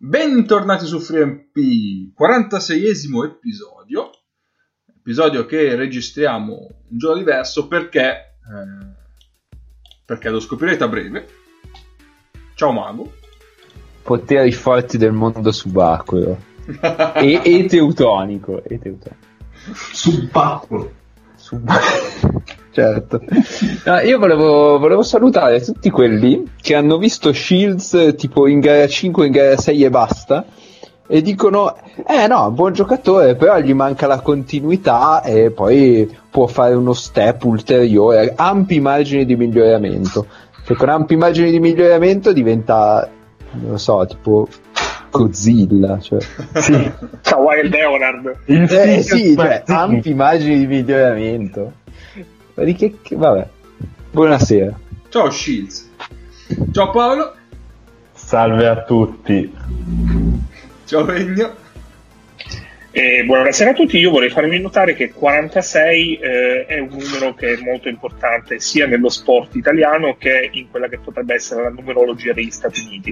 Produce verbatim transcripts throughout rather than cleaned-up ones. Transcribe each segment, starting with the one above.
Bentornati su FreeMP, quarantaseiesimo episodio, episodio che registriamo un giorno diverso perché, eh, perché lo scoprirete a breve. Ciao Mago. Poteri forti del mondo subacqueo e, e teutonico, e teutonico. Subacqueo. Subacqueo. Certo. No, io volevo, volevo salutare tutti quelli che hanno visto Shields tipo in gara cinque, in gara sei e basta, e dicono eh no, buon giocatore, però gli manca la continuità e poi può fare uno step ulteriore, ampi margini di miglioramento. Cioè, con ampi margini di miglioramento diventa, non lo so, tipo Godzilla, cioè. Sì. Kawhi Leonard. Eh sì, cioè, ampi margini di miglioramento. Ma di che, che vabbè. Buonasera. Ciao Shields. Ciao Paolo. Salve a tutti. Ciao Regno. Eh, buonasera a tutti. Io vorrei farvi notare che quarantasei eh, è un numero che è molto importante sia nello sport italiano che in quella che potrebbe essere la numerologia degli Stati Uniti.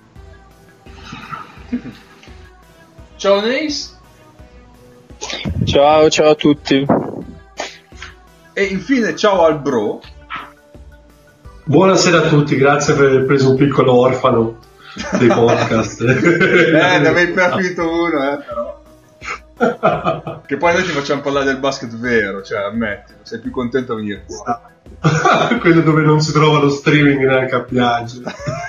Ciao Neis. Ciao, ciao a tutti. E infine ciao al bro. Buonasera a tutti, grazie per aver preso un piccolo orfano dei podcast. eh, ne avevi appena finito uno, eh, però. Che poi noi ti facciamo parlare del basket vero, cioè ammettilo, sei più contento a venire qua. Quello dove non si trova lo streaming neanche a piangere.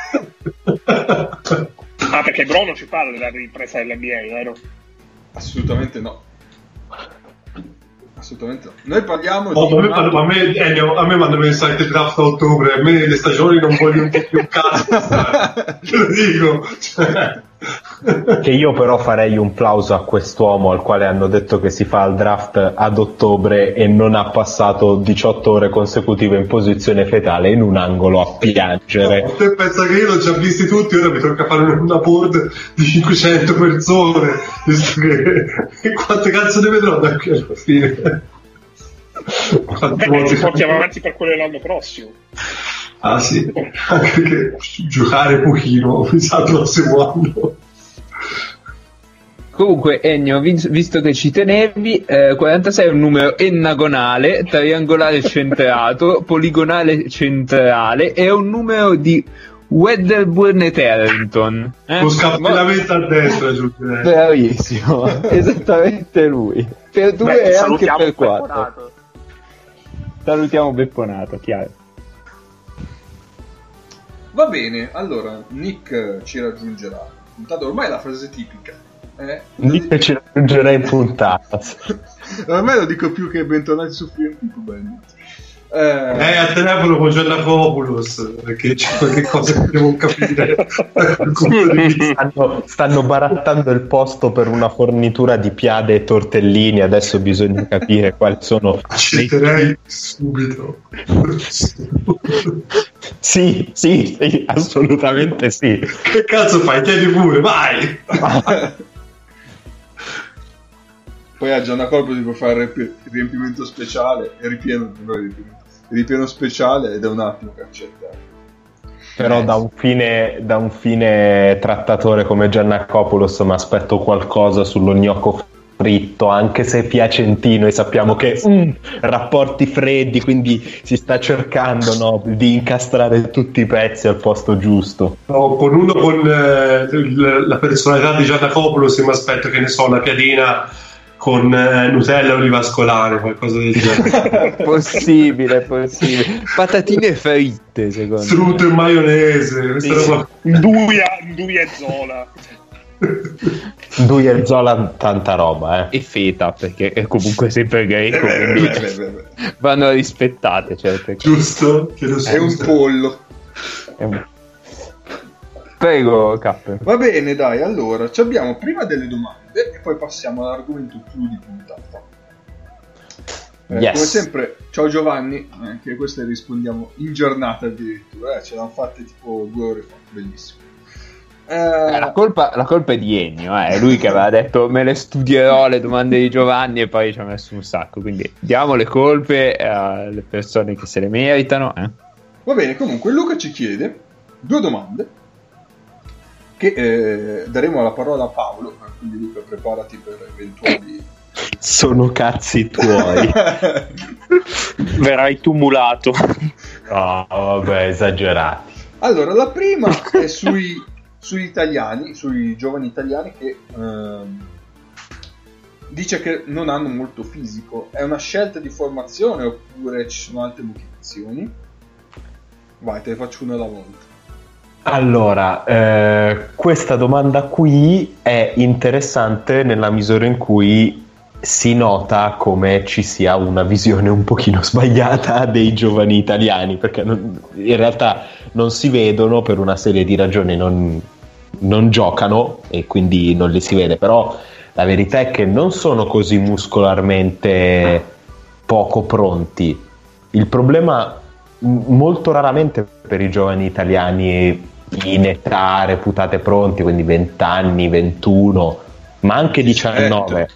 Ah, perché Bro non ci parla della ripresa dell'N B A, vero? Assolutamente no. Assolutamente no. Noi parliamo oh, di a, me, a, me, eh, a me mandano mensaggi di draft a ottobre, a me le stagioni non vogliono più un cazzo. Te lo dico. Cioè. Che io però farei un plauso a quest'uomo al quale hanno detto che si fa il draft ad ottobre e non ha passato diciotto ore consecutive in posizione fetale in un angolo a piangere. No, te pensa che io l'ho già visti tutti, ora mi tocca fare una board di cinquecento persone, visto che quante cazzo ne vedrò da qui alla fine. Beh, ci portiamo avanti per quello dell'anno prossimo. Ah sì, anche perché giocare un pochino mi sa il prossimo anno. Comunque Ennio, visto che ci tenevi, eh, quarantasei è un numero ennagonale, triangolare centrato, poligonale centrale, è un numero di Wedderburn e Terrington, eh? Lo scappellamento a destra, aggiungerei. Bravissimo, esattamente lui, per due Beh, e anche per quattro. Bepponato. Salutiamo Bepponato, chiaro. Va bene, allora Nick ci raggiungerà. Intanto ormai è la frase tipica. Eh? Nick ci raggiungerà in puntata. Ormai lo dico più che bentornati su FreeMP, probabilmente. Eh, eh, a telefono con Giannakopoulos, perché c'è qualche cosa che devo capire. stanno, stanno barattando il posto per una fornitura di piade e tortellini, adesso bisogna capire quali sono. Accetterei dei... subito. sì, sì, sì, assolutamente sì. Che cazzo fai? Chiedi pure, vai! Poi a Giannakopoulos può fare il riempimento speciale e ripieno, ripieno speciale ed è un attimo che accetta. Però da un fine da un fine trattatore come Giannakopoulos mi aspetto qualcosa sullo gnocco fritto, anche se è piacentino e sappiamo che mm, rapporti freddi, quindi si sta cercando, no, di incastrare tutti i pezzi al posto giusto. No, con uno con eh, la personalità di Giannakopoulos mi aspetto, che ne so, una piadina con eh, Nutella e oliva ascolare, qualcosa del genere. Possibile, possibile. Patatine fritte, secondo me. Strutto e maionese, sì, roba... Nduja, Nduja e Zola. Nduja e Zola, tanta roba, eh. E feta, perché è comunque sempre greco, quindi vanno rispettate certe cose. Giusto? È un pollo. È un... Prego, Cappe. Va bene, dai, allora, ci abbiamo prima delle domande e poi passiamo all'argomento clou di puntata. Eh, yes. Come sempre, ciao Giovanni, eh, che queste rispondiamo in giornata addirittura, eh, ce l'hanno fatte tipo due ore fa, bellissimo. Eh, la, colpa, la colpa è di Ennio, eh. È lui che aveva detto me le studierò le domande di Giovanni e poi ci ha messo un sacco, quindi diamo le colpe alle persone che se le meritano. Eh. Va bene, comunque Luca ci chiede due domande. che eh, daremo la parola a Paolo, quindi Luca preparati per eventuali... Sono cazzi tuoi. Verrai tumulato. No, vabbè, esagerati. Allora, la prima è sui, sugli italiani, sui giovani italiani che ehm, dice che non hanno molto fisico. È una scelta di formazione oppure ci sono altre motivazioni? Vai, te ne faccio una alla volta. Allora, eh, questa domanda qui è interessante nella misura in cui si nota come ci sia una visione un pochino sbagliata dei giovani italiani, perché non, in realtà non si vedono per una serie di ragioni, non, non giocano e quindi non li si vede, però la verità è che non sono così muscolarmente poco pronti. Il problema molto raramente per i giovani italiani in età reputate pronti, quindi venti anni, ventuno, ma anche diciannove.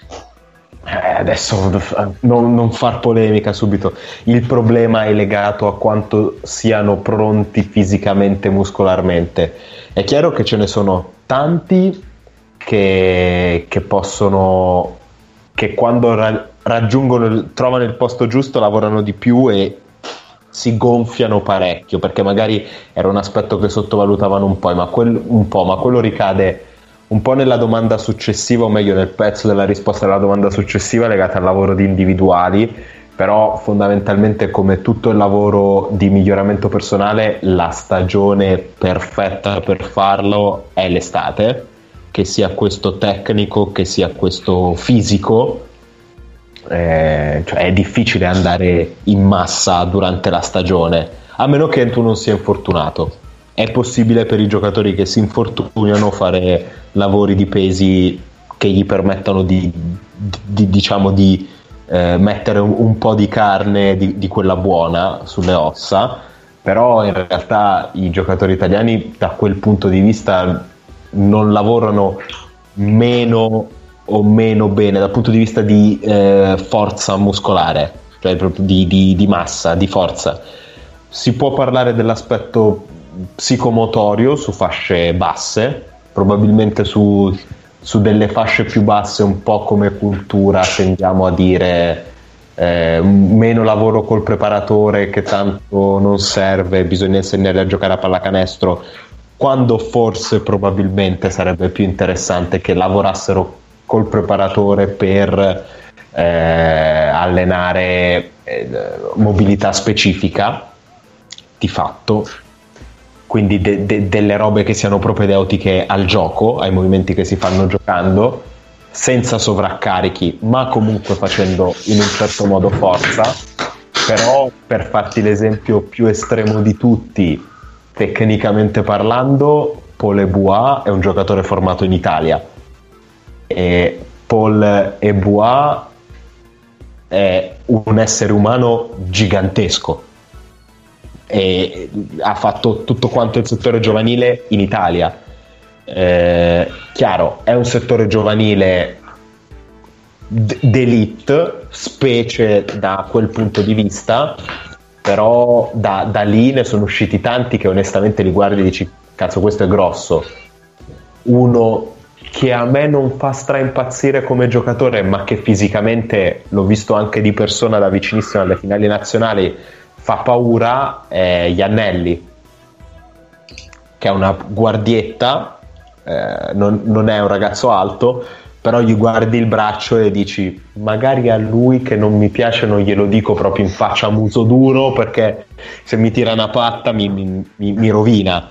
Eh, adesso non, non far polemica subito. Il problema è legato a quanto siano pronti fisicamente, muscolarmente. È chiaro che ce ne sono tanti che, che possono, che quando ra- raggiungono, trovano il posto giusto, lavorano di più e si gonfiano parecchio, perché magari era un aspetto che sottovalutavano un po', ma, quel, un po', ma quello ricade un po' nella domanda successiva, o meglio nel pezzo della risposta alla domanda successiva legata al lavoro di individuali, però fondamentalmente come tutto il lavoro di miglioramento personale la stagione perfetta per farlo è l'estate, che sia questo tecnico che sia questo fisico. Eh, cioè è difficile andare in massa durante la stagione, a meno che tu non sia infortunato. È possibile per i giocatori che si infortunano fare lavori di pesi che gli permettano di, di diciamo di eh, mettere un, un po' di carne di, di quella buona sulle ossa, però in realtà i giocatori italiani da quel punto di vista non lavorano meno o meno bene dal punto di vista di eh, forza muscolare, cioè proprio di, di, di massa, di forza. Si può parlare dell'aspetto psicomotorio su fasce basse, probabilmente su, su delle fasce più basse, un po' come cultura tendiamo a dire eh, meno lavoro col preparatore che tanto non serve, bisogna insegnare a giocare a pallacanestro, quando forse probabilmente sarebbe più interessante che lavorassero col preparatore per eh, allenare eh, mobilità specifica di fatto, quindi de- de- delle robe che siano propedeutiche al gioco, ai movimenti che si fanno giocando, senza sovraccarichi, ma comunque facendo in un certo modo forza. Però, per farti l'esempio più estremo di tutti, tecnicamente parlando, Paul Ebois è un giocatore formato in Italia, e Paul Ebois è un essere umano gigantesco e ha fatto tutto quanto il settore giovanile in Italia. Eh, chiaro, è un settore giovanile d- d'elite, specie da quel punto di vista, però da, da lì ne sono usciti tanti che onestamente li guardi e dici cazzo, questo è grosso. Uno che a me non fa stra impazzire come giocatore, ma che fisicamente l'ho visto anche di persona da vicinissimo alle finali nazionali, fa paura, è Iannelli, che è una guardietta, eh, non, non è un ragazzo alto, però gli guardi il braccio e dici magari a lui che non mi piace non glielo dico proprio in faccia a muso duro, perché se mi tira una patta mi, mi, mi rovina.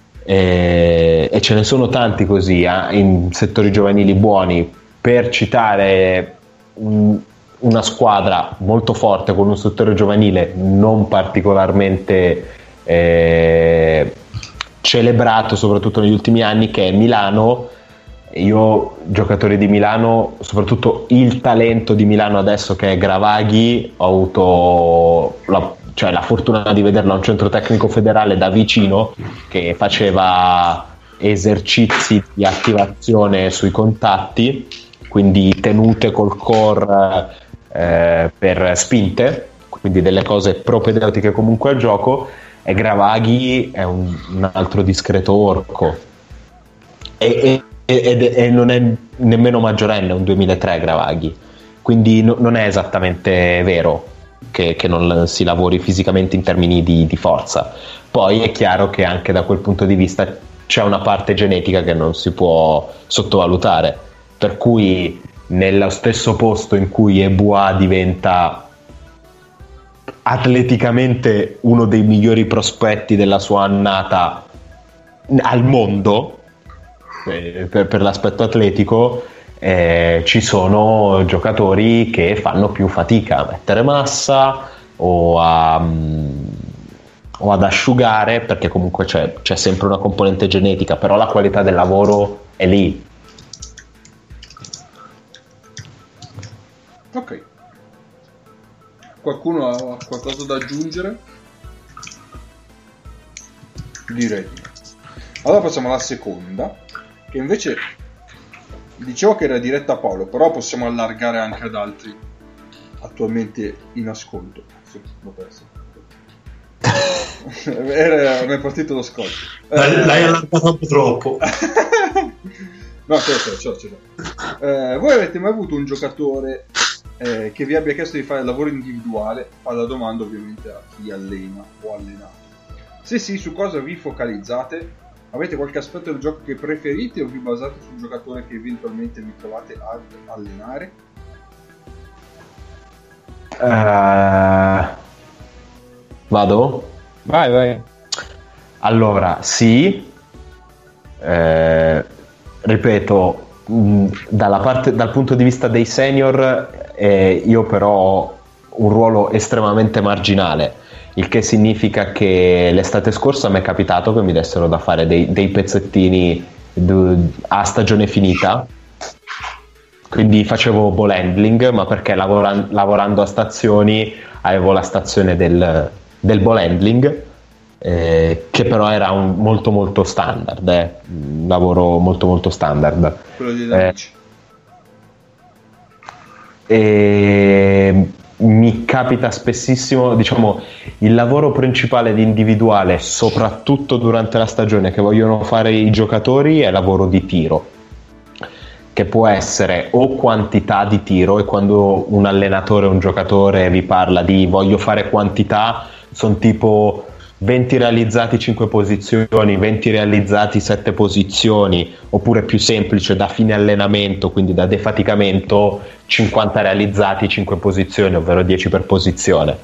E, e ce ne sono tanti così eh, in settori giovanili buoni. Per citare un, una squadra molto forte con un settore giovanile non particolarmente eh, celebrato, soprattutto negli ultimi anni, che è Milano. Io, giocatori di Milano, soprattutto il talento di Milano adesso che è Gravaghi, ho avuto la, cioè la fortuna di vederlo a un centro tecnico federale da vicino, che faceva esercizi di attivazione sui contatti, quindi tenute col core eh, per spinte, quindi delle cose propedeutiche comunque al gioco. E Gravaghi è un, un altro discreto orco. e, e, e non è nemmeno maggiorenne, è un duemilatré Gravaghi, quindi no, non è esattamente vero che, che non si lavori fisicamente in termini di, di forza. Poi è chiaro che anche da quel punto di vista c'è una parte genetica che non si può sottovalutare, per cui nello stesso posto in cui Yeboah diventa atleticamente uno dei migliori prospetti della sua annata al mondo eh, per, per l'aspetto atletico, eh, ci sono giocatori che fanno più fatica a mettere massa o, a, um, o ad asciugare, perché comunque c'è, c'è sempre una componente genetica, però la qualità del lavoro è lì. Ok. Qualcuno ha qualcosa da aggiungere? Direi di no. Allora passiamo alla seconda, che invece dicevo che era diretta a Paolo, però possiamo allargare anche ad altri attualmente in ascolto. Sì, l'ho perso. Era, mi è partito lo scotch. L'hai, eh, l'hai allargato un po' troppo. No, ce l'ho, ce l'ho, ce l'ho. Eh, voi avete mai avuto un giocatore eh, che vi abbia chiesto di fare lavoro individuale? Fa la domanda ovviamente a chi allena o allenato. Se sì, su cosa vi focalizzate? Avete qualche aspetto del gioco che preferite o vi basate sul giocatore che eventualmente vi trovate ad allenare? Uh, vado? Vai, vai. Allora, sì. Eh, ripeto, mh, dalla parte, dal punto di vista dei senior, eh, io però ho un ruolo estremamente marginale. Il che significa che l'estate scorsa mi è capitato che mi dessero da fare dei, dei pezzettini a stagione finita, quindi facevo ball handling, ma perché lavora, lavorando a stazioni avevo la stazione del, del ball handling, eh, che però era un molto molto standard, eh, un lavoro molto molto standard. Quello di amici. Eh, e mi capita spessissimo, diciamo, il lavoro principale di individuale, soprattutto durante la stagione, che vogliono fare i giocatori, è lavoro di tiro, che può essere o quantità di tiro, e quando un allenatore o un giocatore vi parla di voglio fare quantità, sono tipo venti realizzati cinque posizioni, venti realizzati sette posizioni, oppure più semplice da fine allenamento, quindi da defaticamento, cinquanta realizzati cinque posizioni, ovvero dieci per posizione.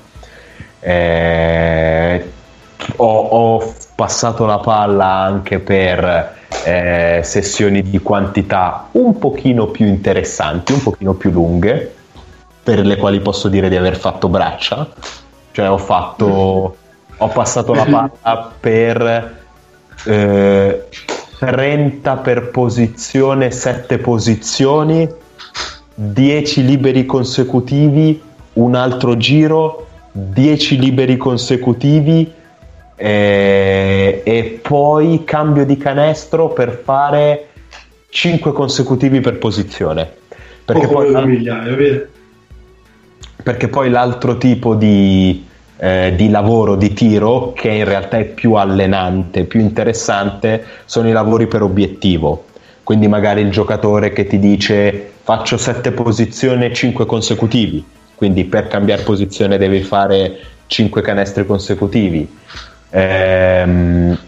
Eh, ho, ho passato la palla anche per eh, sessioni di quantità un pochino più interessanti, un pochino più lunghe, per le quali posso dire di aver fatto braccia, cioè ho fatto... ho passato la palla per eh, trenta per posizione, sette posizioni, dieci liberi consecutivi, un altro giro, dieci liberi consecutivi eh, e poi cambio di canestro per fare cinque consecutivi per posizione. Perché, oh, poi, migliaia, perché poi l'altro tipo di... Eh, di lavoro di tiro, che in realtà è più allenante, più interessante, sono i lavori per obiettivo. Quindi magari il giocatore che ti dice faccio sette posizioni e cinque consecutivi, quindi per cambiare posizione devi fare cinque canestri consecutivi. Ehm,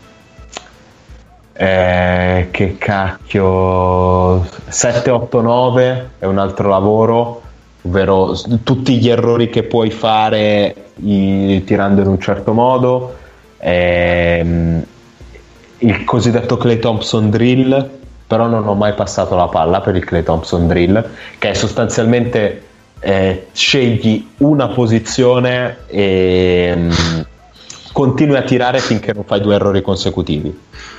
eh, che cacchio, sette otto nove è un altro lavoro, ovvero tutti gli errori che puoi fare i, tirando in un certo modo, ehm, il cosiddetto Klay Thompson drill, però non ho mai passato la palla per il Klay Thompson drill, che è sostanzialmente eh, scegli una posizione e mh, continui a tirare finché non fai due errori consecutivi.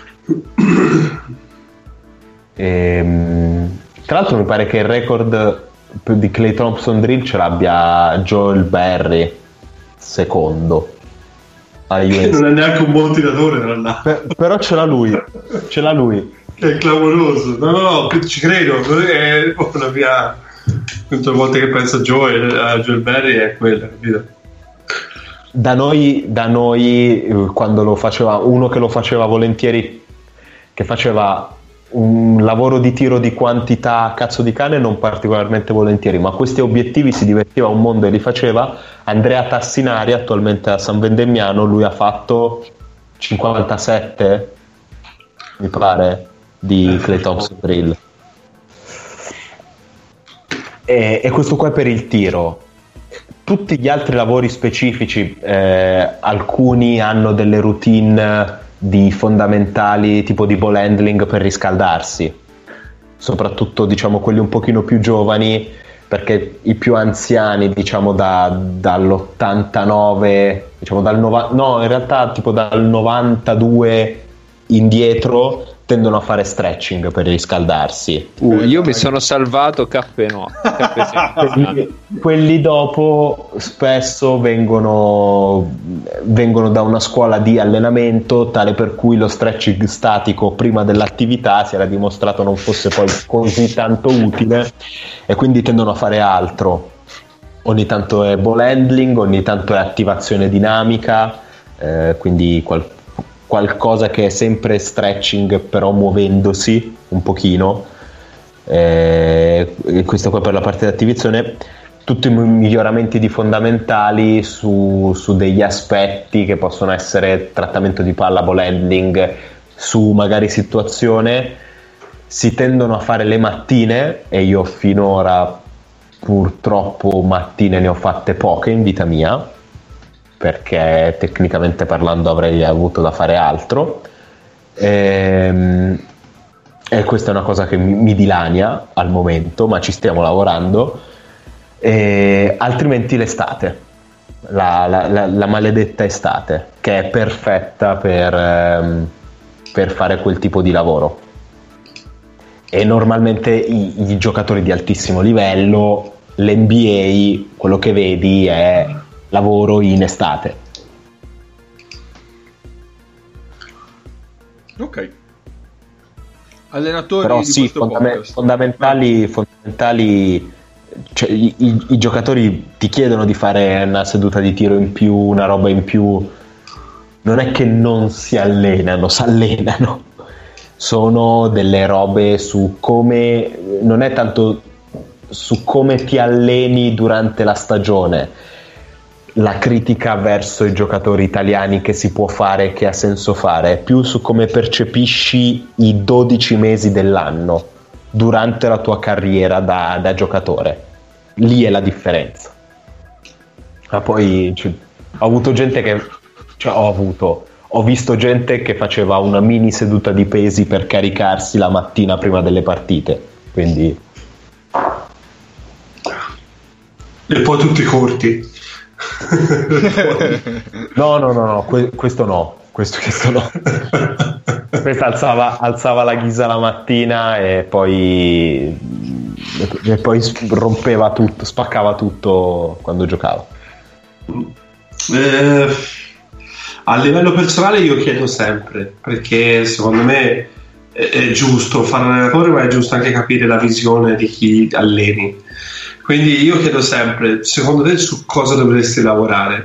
E, mh, tra l'altro mi pare che il record di Klay Thompson drill ce l'abbia Joel Berry secondo, che non è neanche un buon tiratore tra l'altro. Per, però ce l'ha lui ce l'ha lui che è clamoroso. No no no, ci credo, è la mia, tutte le volte che penso a Joel a Joel Berry è quella, capito? Da noi, da noi quando lo faceva uno che lo faceva volentieri, che faceva un lavoro di tiro di quantità cazzo di cane non particolarmente volentieri, ma questi obiettivi si divertiva un mondo e li faceva. Andrea Tassinari attualmente a San Vendemmiano, lui ha fatto cinquantasette mi pare di Clay Thompson Drill, e, e questo qua è per il tiro. Tutti gli altri lavori specifici, eh, alcuni hanno delle routine di fondamentali tipo di ball handling per riscaldarsi, soprattutto diciamo quelli un pochino più giovani, perché i più anziani diciamo da, dall'ottantanove diciamo dal nova, no in realtà tipo dal novantadue indietro tendono a fare stretching per riscaldarsi. Uh, io mi sono salvato cappe no, cappe quelli, quelli dopo spesso vengono, vengono da una scuola di allenamento tale per cui lo stretching statico prima dell'attività si era dimostrato non fosse poi così tanto utile, e quindi tendono a fare altro. Ogni tanto è ball handling, ogni tanto è attivazione dinamica, eh, quindi qual- qualcosa che è sempre stretching però muovendosi un pochino, eh, questo qua per la parte di attivazione. Tutti i miglioramenti di fondamentali su, su degli aspetti che possono essere trattamento di palla, ball handling, su magari situazione, si tendono a fare le mattine, e io finora purtroppo mattine ne ho fatte poche in vita mia, perché tecnicamente parlando avrei avuto da fare altro, e, e questa è una cosa che mi, mi dilania al momento, ma ci stiamo lavorando. E altrimenti l'estate, la, la, la, la maledetta estate, che è perfetta per, ehm, per fare quel tipo di lavoro, e normalmente i, i giocatori di altissimo livello, l'N B A, quello che vedi è lavoro in estate. Ok. Allenatori però di sì, questo fondame- podcast. fondamentali, fondamentali cioè, i, i, i giocatori ti chiedono di fare una seduta di tiro in più, una roba in più, non è che non si allenano, si allenano, sono delle robe su come, non è tanto su come ti alleni durante la stagione. La critica verso i giocatori italiani che si può fare, che ha senso fare, è più su come percepisci i dodici mesi dell'anno durante la tua carriera da, da giocatore. Lì è la differenza. Ma poi cioè, ho avuto gente che cioè, ho avuto ho visto gente che faceva una mini seduta di pesi per caricarsi la mattina prima delle partite, quindi e poi tutti corti. no no no no que- questo no questo, questo no questo alzava, alzava la ghisa la mattina e poi e poi rompeva tutto, spaccava tutto quando giocava. Eh, a livello personale io chiedo sempre, perché secondo me è, è giusto fare l'allenatore, ma è giusto anche capire la visione di chi alleni. Quindi io chiedo sempre, secondo te su cosa dovresti lavorare?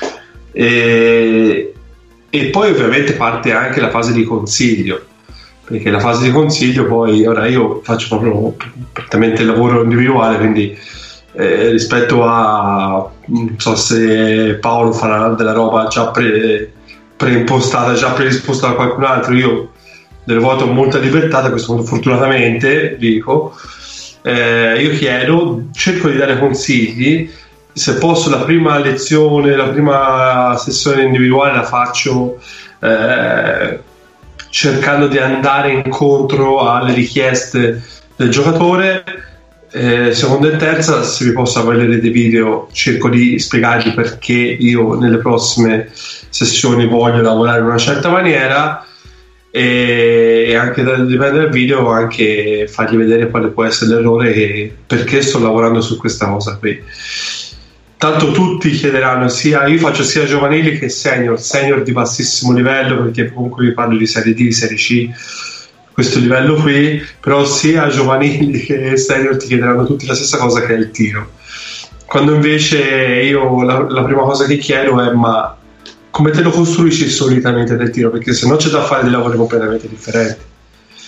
E, e poi ovviamente parte anche la fase di consiglio, perché la fase di consiglio poi, ora io faccio proprio praticamente il lavoro individuale, quindi eh, rispetto a, non so se Paolo farà della roba già pre, preimpostata, già predisposta da qualcun altro, io delle volte ho molta libertà, da questo punto fortunatamente dico, Eh, io chiedo, cerco di dare consigli, se posso la prima lezione, la prima sessione individuale la faccio eh, cercando di andare incontro alle richieste del giocatore, eh, seconda e terza, se vi posso avere dei video cerco di spiegarvi perché io nelle prossime sessioni voglio lavorare in una certa maniera, e anche da, dipende dal video, anche fargli vedere quale può essere l'errore e perché sto lavorando su questa cosa qui. Tanto tutti chiederanno, sia io faccio sia giovanili che senior, senior di bassissimo livello, perché comunque vi parlo di serie D, serie C, questo livello qui, però sia giovanili che senior ti chiederanno tutti la stessa cosa, che è il tiro. Quando invece io la, la prima cosa che chiedo è: ma come te lo costruisci solitamente del tiro? Perché se no c'è da fare dei lavori completamente differenti.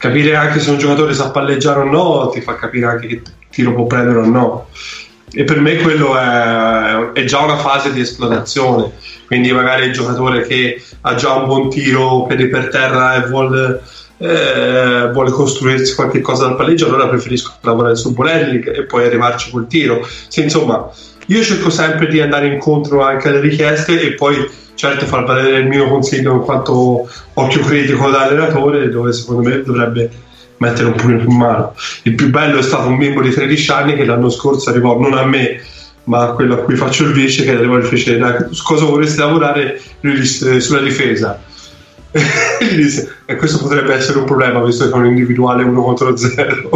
capire anche se un giocatore sa palleggiare o no ti fa capire anche che tiro può prendere o no, e per me quello è, è già una fase di esplorazione. Quindi magari il giocatore che ha già un buon tiro, piedi per terra e vuole, eh, vuole costruirsi qualche cosa dal palleggio, allora preferisco lavorare sul Bonelli e poi arrivarci col tiro. Sì, insomma, io cerco sempre di andare incontro anche alle richieste e poi certo far valere il mio consiglio in quanto occhio critico da allenatore, dove secondo me dovrebbe mettere un pugno in mano. Il più bello è stato un bimbo di tredici anni che l'anno scorso arrivò non a me ma a quello a cui faccio il vice, che arrivò e fece: su cosa vorresti lavorare? Lui disse: sulla difesa. E gli disse: e questo potrebbe essere un problema visto che è un individuale uno contro zero.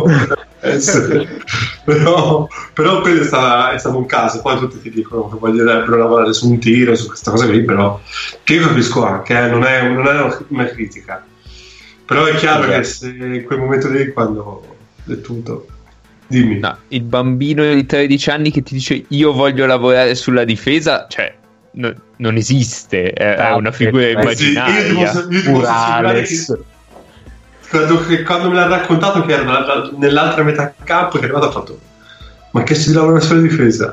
però, però quello è, stata, è stato un caso. Poi tutti ti dicono che vogliono lavorare su un tiro, su questa cosa qui, però che io capisco anche, eh, non è, non è una critica, però è chiaro che se in quel momento lì, quando è tutto, dimmi. No, il bambino di tredici anni che ti dice io voglio lavorare sulla difesa, cioè no, non esiste, è, è una figura eh, immaginaria. Sì, io ti posso, io ti posso assicurare che quando, che quando me l'ha raccontato che era la, la, nell'altra metà campo, che è arrivato, ha fatto: ma che si lavora sulla difesa?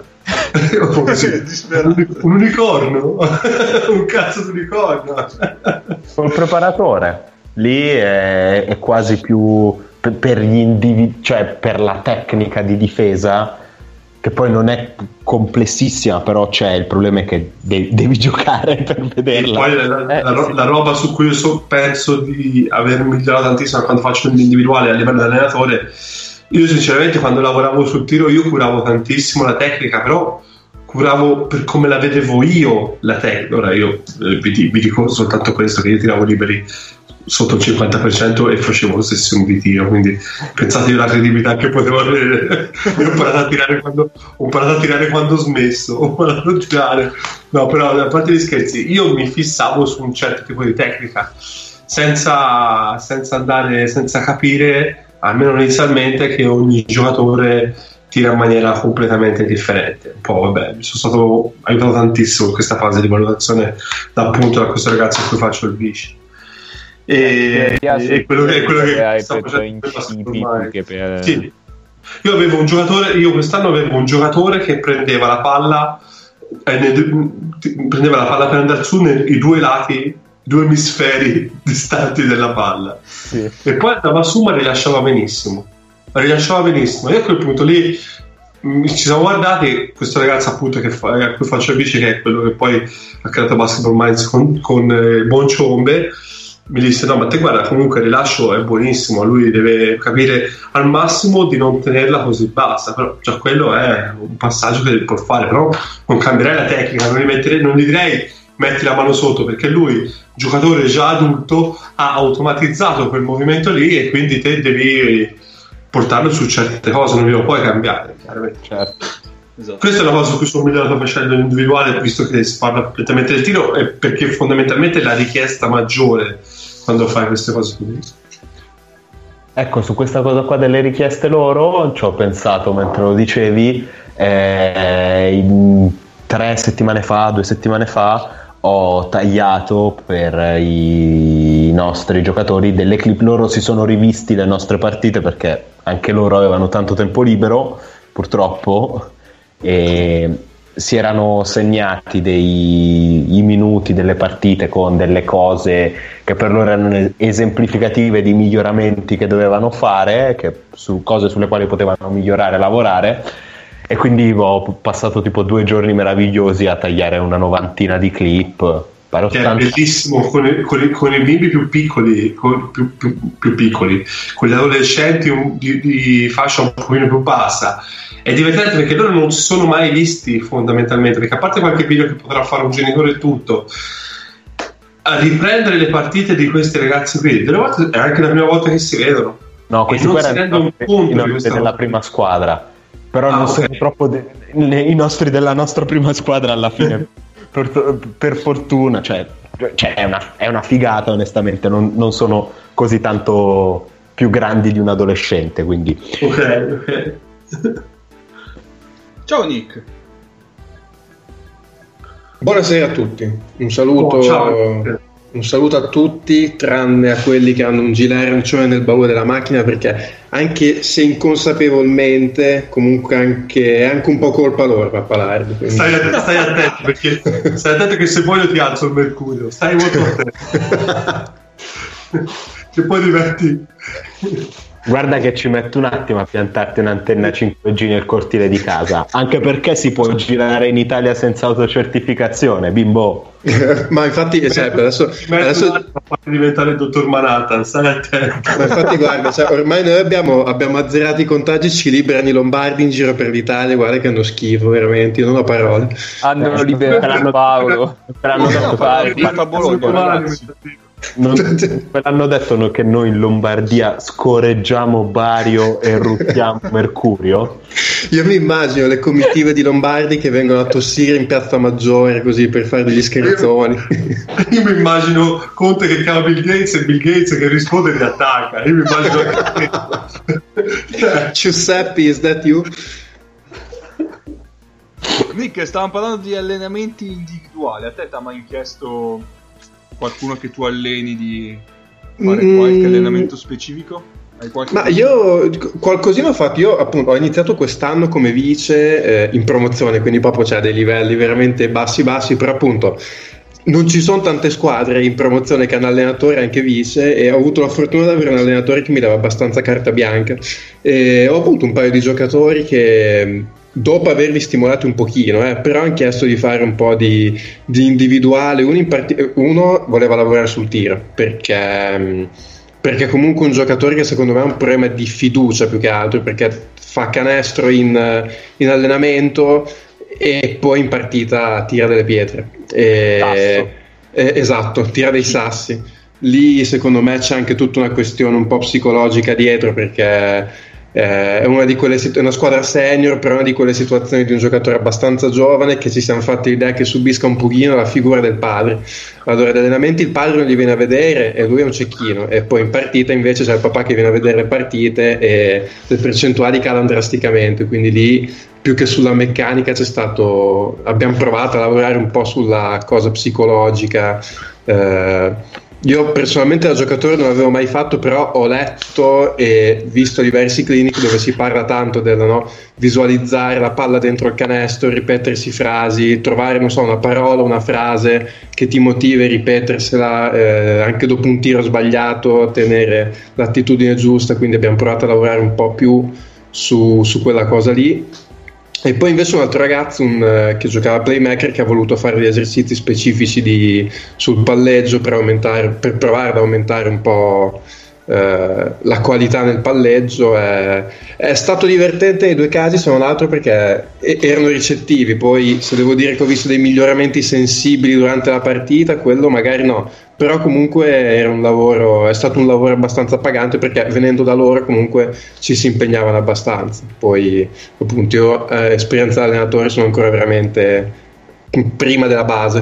un, un unicorno? Un cazzo di unicorno? Col preparatore lì è, è quasi più per, per gli individui, cioè per la tecnica di difesa, che poi non è complessissima, però c'è il problema è che devi, devi giocare per vederla. E poi la, eh, la, sì. la roba su cui io so, penso di aver migliorato tantissimo quando faccio l'individuale a livello di allenatore, io sinceramente quando lavoravo sul tiro io curavo tantissimo la tecnica, però curavo per come la vedevo io la tecnica. Ora io eh, vi, vi dico soltanto questo, che io tiravo liberi sotto il cinquanta per cento e facevo sessioni di tiro, quindi pensate io la credibilità che potevo avere. Io ho imparato a tirare quando ho imparato a tirare quando ho smesso, ho imparato a tirare. No, però a parte gli scherzi, io mi fissavo su un certo tipo di tecnica senza, senza andare, senza capire, almeno inizialmente, che ogni giocatore tira in maniera completamente differente. Un po', vabbè, mi sono stato aiutato tantissimo in questa fase di valutazione da appunto da questo ragazzo a cui faccio il vice. E, eh, e quello che, quello che hai preso in che per... sì. Io avevo un giocatore, io quest'anno avevo un giocatore che prendeva la palla eh, nel, prendeva la palla per andare su nei due lati, due emisferi distanti della palla, sì. E poi andava su ma rilasciava benissimo la rilasciava benissimo e a quel punto lì ci siamo guardati. Questo ragazzo appunto che fa, a cui faccio il vice, che è quello che poi ha creato Basketball Minds con, con eh, Bonciombe, mi disse: no, ma te guarda, comunque il rilascio è buonissimo, lui deve capire al massimo di non tenerla così bassa, però già quello è un passaggio che può fare, però non cambierei la tecnica, non gli, metterei, non gli direi metti la mano sotto, perché lui, giocatore già adulto, ha automatizzato quel movimento lì e quindi te devi portarlo su certe cose, non glielo puoi cambiare, chiaramente. Certo. Esatto. Questa è una cosa su cui sono migliorato facendo l'individuale, visto che si parla completamente del tiro, e perché fondamentalmente è la richiesta maggiore quando fai queste cose qui. Ecco, su questa cosa qua delle richieste loro ci ho pensato mentre lo dicevi. Eh, in tre settimane fa, due settimane fa ho tagliato per i nostri giocatori delle clip. Loro si sono rivisti le nostre partite perché anche loro avevano tanto tempo libero, purtroppo, e si erano segnati dei i minuti delle partite con delle cose che per loro erano esemplificative di miglioramenti che dovevano fare, che su cose sulle quali potevano migliorare e lavorare, e quindi ho passato tipo due giorni meravigliosi a tagliare una novantina di clip. Che è bellissimo con i, con, i, con i bimbi più piccoli, con, più, più, più piccoli, con gli adolescenti un, di, di fascia un pochino più bassa. È divertente perché loro non si sono mai visti fondamentalmente, perché a parte qualche video che potrà fare un genitore e tutto, a riprendere le partite di questi ragazzi qui, delle volte è anche la prima volta che si vedono. No, questi qua erano della prima squadra, però ah, non okay. sono troppo de- i nostri della nostra prima squadra alla fine. per, per fortuna, cioè, cioè è, una, è una figata onestamente, non, non sono così tanto più grandi di un adolescente, quindi... Ok, ok. Ciao Nick. Buonasera a tutti, un saluto, oh, un saluto a tutti, tranne a quelli che hanno un gilet arancione nel baule della macchina, perché anche se inconsapevolmente, comunque anche, è anche un po' colpa loro Pappalardi. Quindi... Stai, stai attento, perché stai attento che se voglio ti alzo il mercurio, stai molto attento. Che poi diverti. Guarda che ci metto un attimo a piantarti un'antenna cinque G nel cortile di casa, anche perché si può girare in Italia senza autocertificazione, bimbo. Ma infatti, cioè, adesso, adesso... a farti diventare il dottor Manhattan, stai attento. Ma infatti guarda, cioè, ormai noi abbiamo, abbiamo azzerato i contagi, ci liberano i lombardi in giro per l'Italia, guarda che hanno schifo, veramente, io non ho parole. Hanno liberato Paolo, hanno dato fare Non ve l'hanno detto no, che noi in Lombardia scorreggiamo bario e ruttiamo mercurio? Io mi immagino le comitive di lombardi che vengono a tossire in Piazza Maggiore così per fare degli scherzoni. Io mi immagino Conte che chiama Bill Gates e Bill Gates che risponde e li attacca. Io mi immagino Giuseppe, is that you? Nick, stavamo parlando di allenamenti individuali. A te ti ha mai chiesto qualcuno che tu alleni di fare mm. qualche allenamento specifico? Hai qualche Ma io qualcosina ho fatto. Io appunto ho iniziato quest'anno come vice eh, in promozione, quindi proprio c'è dei livelli veramente bassi bassi, però appunto non ci sono tante squadre in promozione che hanno allenatore anche vice, e ho avuto la fortuna di avere un allenatore che mi dava abbastanza carta bianca, e ho avuto un paio di giocatori che dopo averli stimolati un pochino, eh, però hanno chiesto di fare un po' di, di individuale. Uno, in part- uno voleva lavorare sul tiro perché, perché comunque un giocatore che secondo me ha un problema di fiducia più che altro, perché fa canestro in, in allenamento e poi in partita tira delle pietre e, eh, esatto, tira dei sassi. Lì secondo me c'è anche tutta una questione un po' psicologica dietro, perché Eh, è una di quelle situ- una squadra senior, però è una di quelle situazioni di un giocatore abbastanza giovane che ci siamo fatti l'idea che subisca un pochino la figura del padre. Allora, ad allenamenti il padre non li viene a vedere e lui è un cecchino, e poi in partita invece c'è il papà che viene a vedere le partite e le percentuali calano drasticamente, quindi lì più che sulla meccanica c'è stato, abbiamo provato a lavorare un po' sulla cosa psicologica. eh, Io personalmente da giocatore non l'avevo mai fatto, però ho letto e visto diversi clinic dove si parla tanto del no, visualizzare la palla dentro il canestro, ripetersi frasi, trovare non so, una parola, una frase che ti motiva e ripetersela eh, anche dopo un tiro sbagliato, tenere l'attitudine giusta, quindi abbiamo provato a lavorare un po' più su, su quella cosa lì. E poi invece un altro ragazzo un, uh, che giocava playmaker, che ha voluto fare degli esercizi specifici di, sul palleggio per, aumentare, per provare ad aumentare un po' uh, la qualità nel palleggio. È, è stato divertente nei due casi, se non altro perché e, erano ricettivi. Poi se devo dire che ho visto dei miglioramenti sensibili durante la partita, quello magari no, però comunque era un lavoro, è stato un lavoro abbastanza pagante, perché venendo da loro comunque ci si impegnavano abbastanza. Poi appunto io eh, esperienza da allenatore sono ancora veramente prima della base.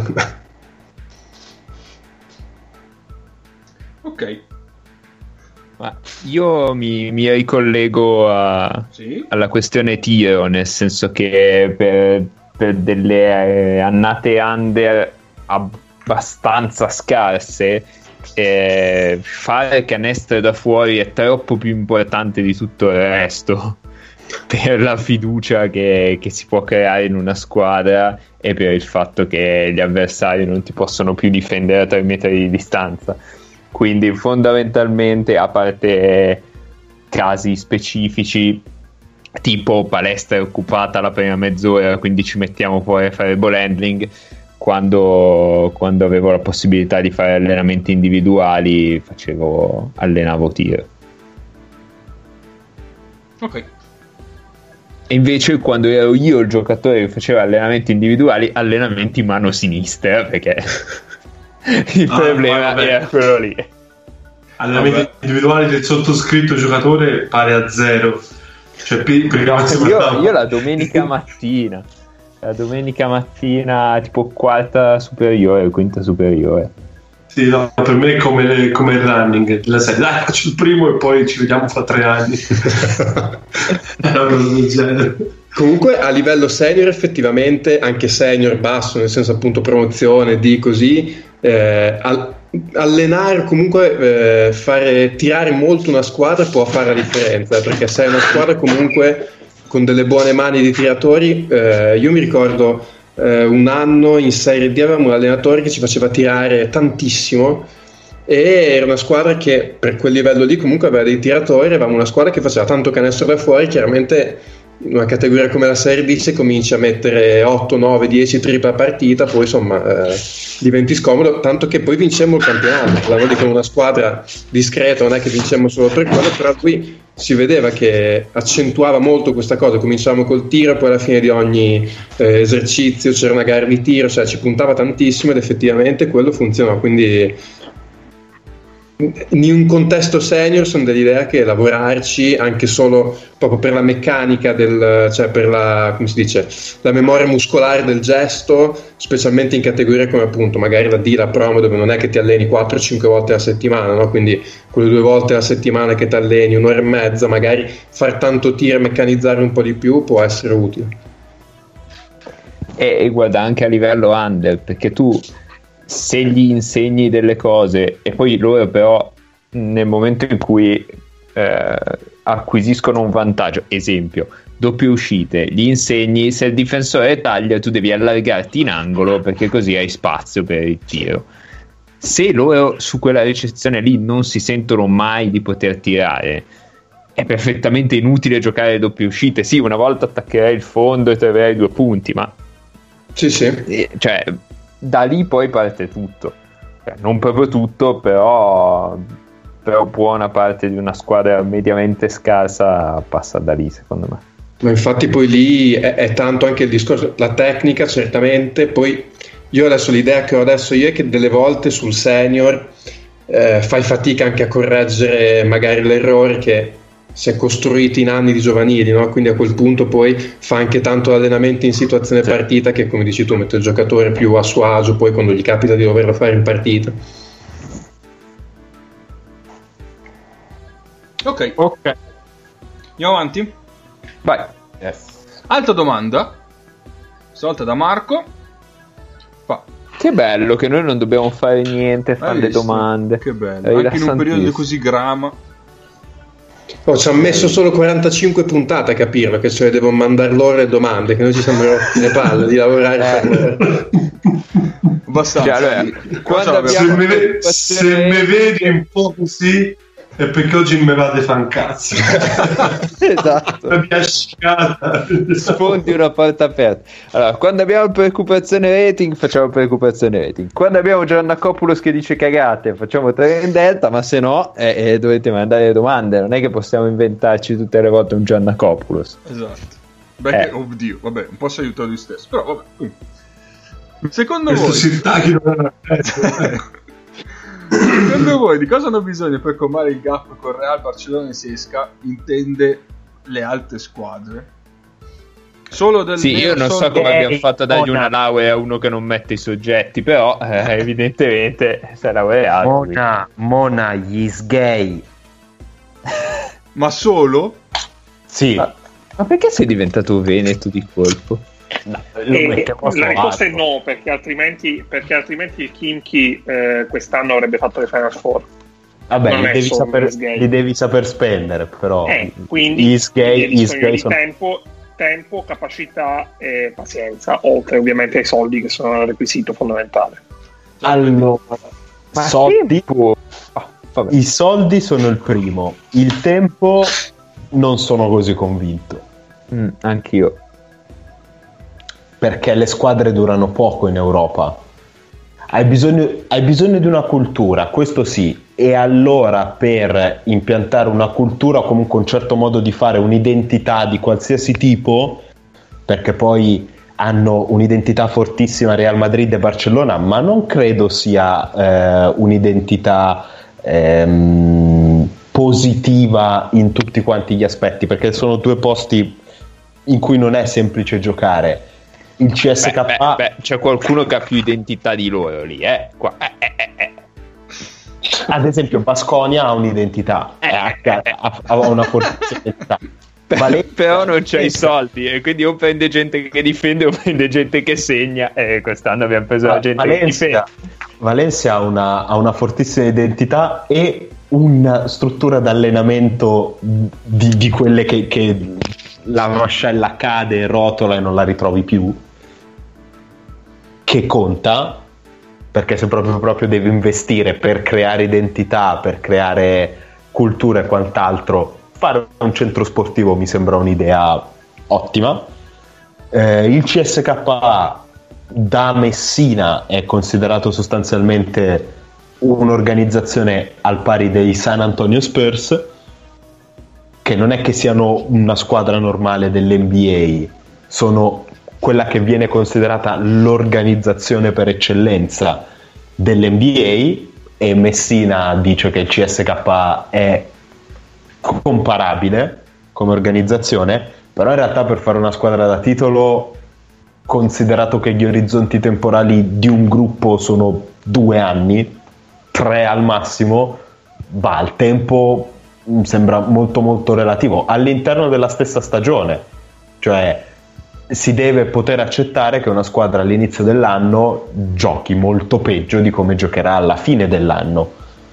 Ok, ma io mi, mi ricollego a, sì? alla questione tiro, nel senso che per, per delle eh, annate under abbastanza scarse eh, fare canestro da fuori è troppo più importante di tutto il resto per la fiducia che, che si può creare in una squadra e per il fatto che gli avversari non ti possono più difendere a tre metri di distanza. Quindi fondamentalmente, a parte casi specifici tipo palestra occupata la prima mezz'ora, quindi ci mettiamo fuori a fare ball handling, quando, quando avevo la possibilità di fare allenamenti individuali facevo allenavo tiro. Ok. E invece quando ero io il giocatore che faceva allenamenti individuali, allenamenti mano sinistra, perché il ah, problema vabbè. era quello lì. Allenamenti vabbè. individuali del sottoscritto giocatore pare a zero. Cioè, per, per io, io la domenica mattina la domenica mattina tipo quarta superiore, quinta superiore. Sì, no, per me è come, le, come il running, la serie, dai, faccio il primo e poi ci vediamo fra tre anni. Comunque a livello senior effettivamente, anche senior basso, nel senso appunto promozione di così, eh, al, allenare, comunque eh, fare tirare molto una squadra può fare la differenza, perché se hai una squadra comunque con delle buone mani di tiratori, eh, io mi ricordo eh, un anno in Serie D avevamo un allenatore che ci faceva tirare tantissimo e era una squadra che per quel livello lì comunque aveva dei tiratori, avevamo una squadra che faceva tanto canestro da fuori. Chiaramente in una categoria come la Serie D, se cominci a mettere otto, nove, dieci triple a partita, poi insomma eh, diventi scomodo, tanto che poi vincemmo il campionato. La Lodi con una squadra discreta, non è che vincemmo solo per quello, però qui si vedeva che accentuava molto questa cosa. Cominciavamo col tiro, poi alla fine di ogni eh, esercizio c'era una gara di tiro, cioè ci puntava tantissimo ed effettivamente quello funzionò. Quindi in un contesto senior sono dell'idea che lavorarci anche solo proprio per la meccanica del, cioè per la, come si dice, la memoria muscolare del gesto, specialmente in categorie come appunto magari la D, la promo, dove non è che ti alleni quattro cinque volte alla settimana, no? Quindi quelle due volte alla settimana che ti alleni un'ora e mezza, magari far tanto tiro e meccanizzare un po' di più può essere utile. E, e guarda, anche a livello under, perché tu se gli insegni delle cose e poi loro però nel momento in cui eh, acquisiscono un vantaggio, esempio doppie uscite, gli insegni se il difensore taglia tu devi allargarti in angolo perché così hai spazio per il tiro. Se loro su quella ricezione lì non si sentono mai di poter tirare, è perfettamente inutile giocare le doppie uscite. Sì, una volta attaccherai il fondo e troverai due punti, ma sì sì, cioè da lì poi parte tutto, cioè, non proprio tutto, però, però buona parte di una squadra mediamente scarsa passa da lì, secondo me. Ma infatti poi lì è, è tanto anche il discorso, la tecnica certamente, poi io adesso l'idea che ho adesso io è che delle volte sul senior eh, fai fatica anche a correggere magari l'errore che si è costruito in anni di giovanili, no? Quindi a quel punto poi fa anche tanto l'allenamento in situazione sì. partita, che come dici tu mette il giocatore più a suo agio poi quando gli capita di doverlo fare in partita. Ok, ok, andiamo avanti? Vai. Yes. Altra domanda, stavolta da Marco. Fa. Che bello che noi non dobbiamo fare niente, fare le domande. Che bello, anche in un periodo così grama. Oh, ci hanno messo solo quarantacinque puntate a capirlo, che cioè devo mandare loro le domande, che noi ci siamo rotti le palle di lavorare eh. per... abbastanza. Cioè, allora, quando se mi ve- se mi vedi un po' così è perché oggi me vado a fare un cazzo. Esatto. La mia scicata. Sfondi una porta aperta. Allora, quando abbiamo il preoccupazione rating facciamo preoccupazione rating, quando abbiamo Giannakopoulos che dice cagate facciamo tre in delta, ma se no eh, eh, dovete mandare le domande, non è che possiamo inventarci tutte le volte un Giannakopoulos. Esatto. Beh, eh. oddio, vabbè, un po' si aiuta lui stesso, però vabbè. Secondo Questo voi Sirtaki non è secondo voi di cosa hanno bisogno per colmare il gap con Real, Barcellona e Sesca? Intende le altre squadre? Solo del sì, io non so come abbiamo fatto a dargli una laurea a uno che non mette i soggetti, però eh, evidentemente si è laureato. Mona, Mona, gli sgay. Ma solo? Sì. Ma, ma perché sei diventato veneto di colpo? No, e, la risposta è no, perché altrimenti, perché altrimenti il Kimchi eh, quest'anno avrebbe fatto le Final Four. Vabbè, li devi, saper, li devi saper spendere, però eh, quindi gli sgay, gli sgay sono... tempo, tempo, capacità e pazienza, oltre ovviamente ai soldi che sono un requisito fondamentale. Allora, ma soldi, oh, i soldi sono il primo, il tempo non sono così convinto. Mm, anch'io. Perché le squadre durano poco in Europa. Hai bisogno, hai bisogno di una cultura, questo sì, e allora per impiantare una cultura o comunque un certo modo di fare, un'identità di qualsiasi tipo, perché poi hanno un'identità fortissima Real Madrid e Barcellona, ma non credo sia eh, un'identità ehm, positiva in tutti quanti gli aspetti, perché sono due posti in cui non è semplice giocare. Il C S K beh, beh, beh, c'è qualcuno che ha più identità di loro lì, eh? Qua. Eh, eh, eh. Ad esempio Baskonia ha un'identità, eh, ha, ha, ha una fortissima identità. Valencia, però non c'è i soldi e quindi o prende gente che difende o prende gente che segna, e quest'anno abbiamo preso la gente Valencia, che difende. Valencia ha una, ha una fortissima identità e una struttura d'allenamento di, di quelle che, che la mascella cade, rotola e non la ritrovi più, che conta, perché se proprio, proprio devi investire per creare identità, per creare cultura e quant'altro, fare un centro sportivo mi sembra un'idea ottima. Eh, il C S K A da Messina è considerato sostanzialmente un'organizzazione al pari dei San Antonio Spurs, che non è che siano una squadra normale dell'N B A, sono quella che viene considerata l'organizzazione per eccellenza dell'N B A, e Messina dice che il C S K A è comparabile come organizzazione, però in realtà per fare una squadra da titolo, considerato che gli orizzonti temporali di un gruppo sono due anni, tre al massimo, va, il tempo mi sembra molto molto relativo all'interno della stessa stagione, cioè si deve poter accettare che una squadra all'inizio dell'anno giochi molto peggio di come giocherà alla fine dell'anno.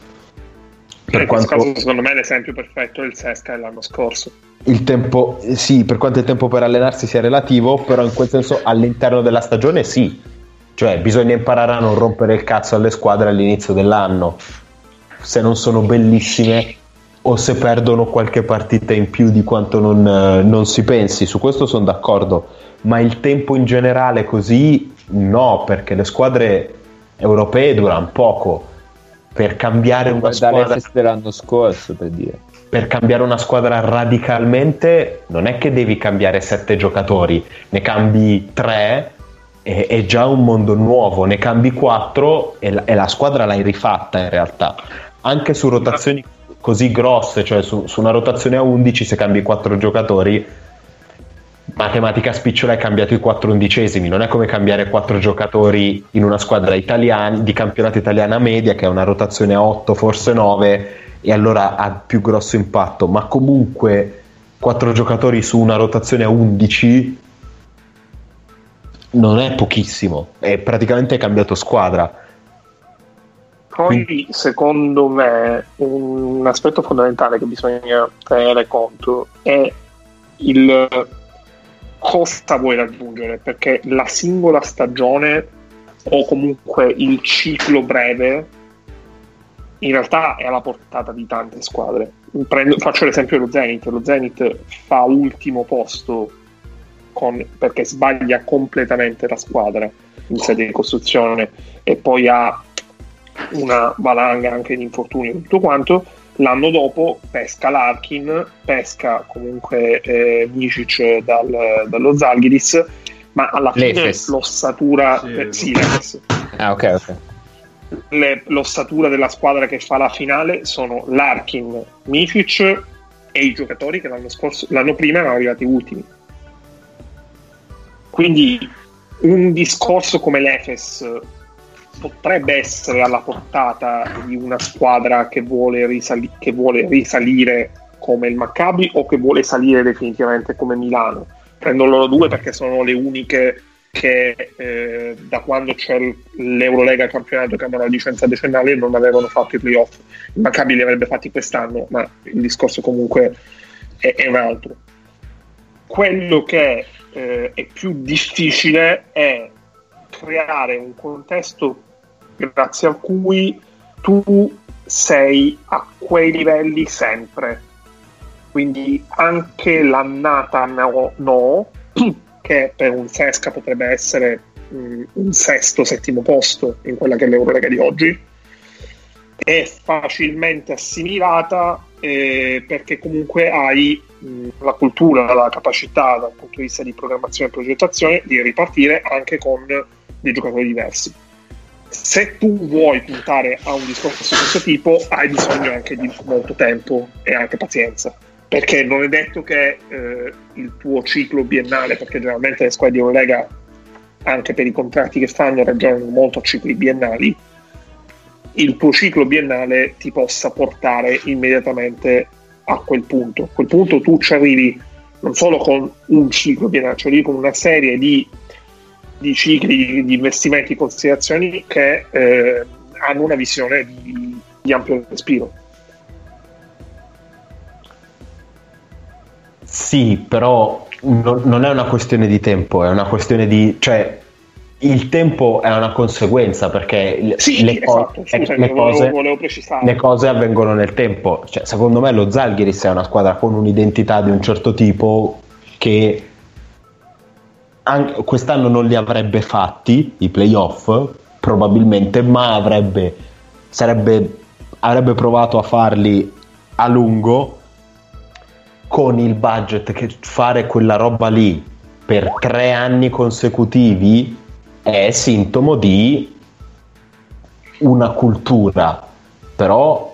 Per quanto caso, secondo me l'esempio perfetto è il Sesca dell'anno scorso. Il tempo, sì, per quanto il tempo per allenarsi sia relativo, però in quel senso all'interno della stagione sì, cioè bisogna imparare a non rompere il cazzo alle squadre all'inizio dell'anno se non sono bellissime o se perdono qualche partita in più di quanto non, non si pensi. Su questo sono d'accordo, ma il tempo in generale così no, perché le squadre europee durano poco. Per cambiare una squadra dell'anno scorso, per dire, per cambiare una squadra radicalmente non è che devi cambiare sette giocatori, ne cambi tre e è già un mondo nuovo, ne cambi quattro e la, e la squadra l'hai rifatta in realtà, anche su rotazioni così grosse, cioè su, su una rotazione a undici se cambi quattro giocatori, matematica spicciola, hai cambiato i quattro undicesimi, non è come cambiare quattro giocatori in una squadra italiana di campionato italiana media che è una rotazione a otto, forse nove, e allora ha più grosso impatto, ma comunque quattro giocatori su una rotazione a undici non è pochissimo, è praticamente cambiato squadra. Poi Quindi... secondo me un aspetto fondamentale che bisogna tenere conto è il cosa vuoi raggiungere, perché la singola stagione o comunque il ciclo breve in realtà è alla portata di tante squadre. Prendo, faccio l'esempio dello Zenit. Lo Zenit fa ultimo posto con, perché sbaglia completamente la squadra in sede di costruzione e poi ha una valanga anche di infortuni e tutto quanto. L'anno dopo pesca Larkin, pesca comunque eh, Micic dal, dallo Zalgiris, ma alla fine L'Efes. l'ossatura Sì, eh, sì, l'Efes. Ah, ok, ok. Le, l'ossatura della squadra che fa la finale sono Larkin, Micic e i giocatori che l'anno scorso, l'anno prima erano arrivati ultimi. Quindi un discorso come l'Efes potrebbe essere alla portata di una squadra che vuole, risali- che vuole risalire come il Maccabi o che vuole salire definitivamente come Milano. Prendo loro due perché sono le uniche che eh, da quando c'è l'Eurolega campionato che hanno la licenza decennale non avevano fatto i playoff. Il Maccabi li avrebbe fatti quest'anno, ma il discorso comunque è, è un altro. Quello che eh, è più difficile è creare un contesto grazie a cui tu sei a quei livelli sempre, quindi anche l'annata no, no che per un Sesca potrebbe essere mh, un sesto, settimo posto in quella che è l'Eurolega di oggi, è facilmente assimilata eh, perché comunque hai mh, la cultura, la capacità dal punto di vista di programmazione e progettazione di ripartire anche con dei giocatori diversi. Se tu vuoi puntare a un discorso di questo tipo hai bisogno anche di molto tempo e anche pazienza, perché non è detto che eh, il tuo ciclo biennale, perché generalmente le squadre di Eurolega anche per i contratti che fanno ragionano molto a cicli biennali, il tuo ciclo biennale ti possa portare immediatamente a quel punto. A quel punto tu ci arrivi non solo con un ciclo biennale, ci arrivi con una serie di di cicli di investimenti e considerazioni che eh, hanno una visione di, di ampio respiro. Sì, però non, non è una questione di tempo, è una questione di, cioè il tempo è una conseguenza, perché sì, le, esatto, co- scusami, le, cose, volevo, volevo precisare. le cose avvengono nel tempo. Cioè, secondo me lo Zalgiris è una squadra con un'identità di un certo tipo che anche quest'anno non li avrebbe fatti i playoff probabilmente, ma avrebbe sarebbe avrebbe provato a farli a lungo con il budget, che fare quella roba lì per tre anni consecutivi è sintomo di una cultura, però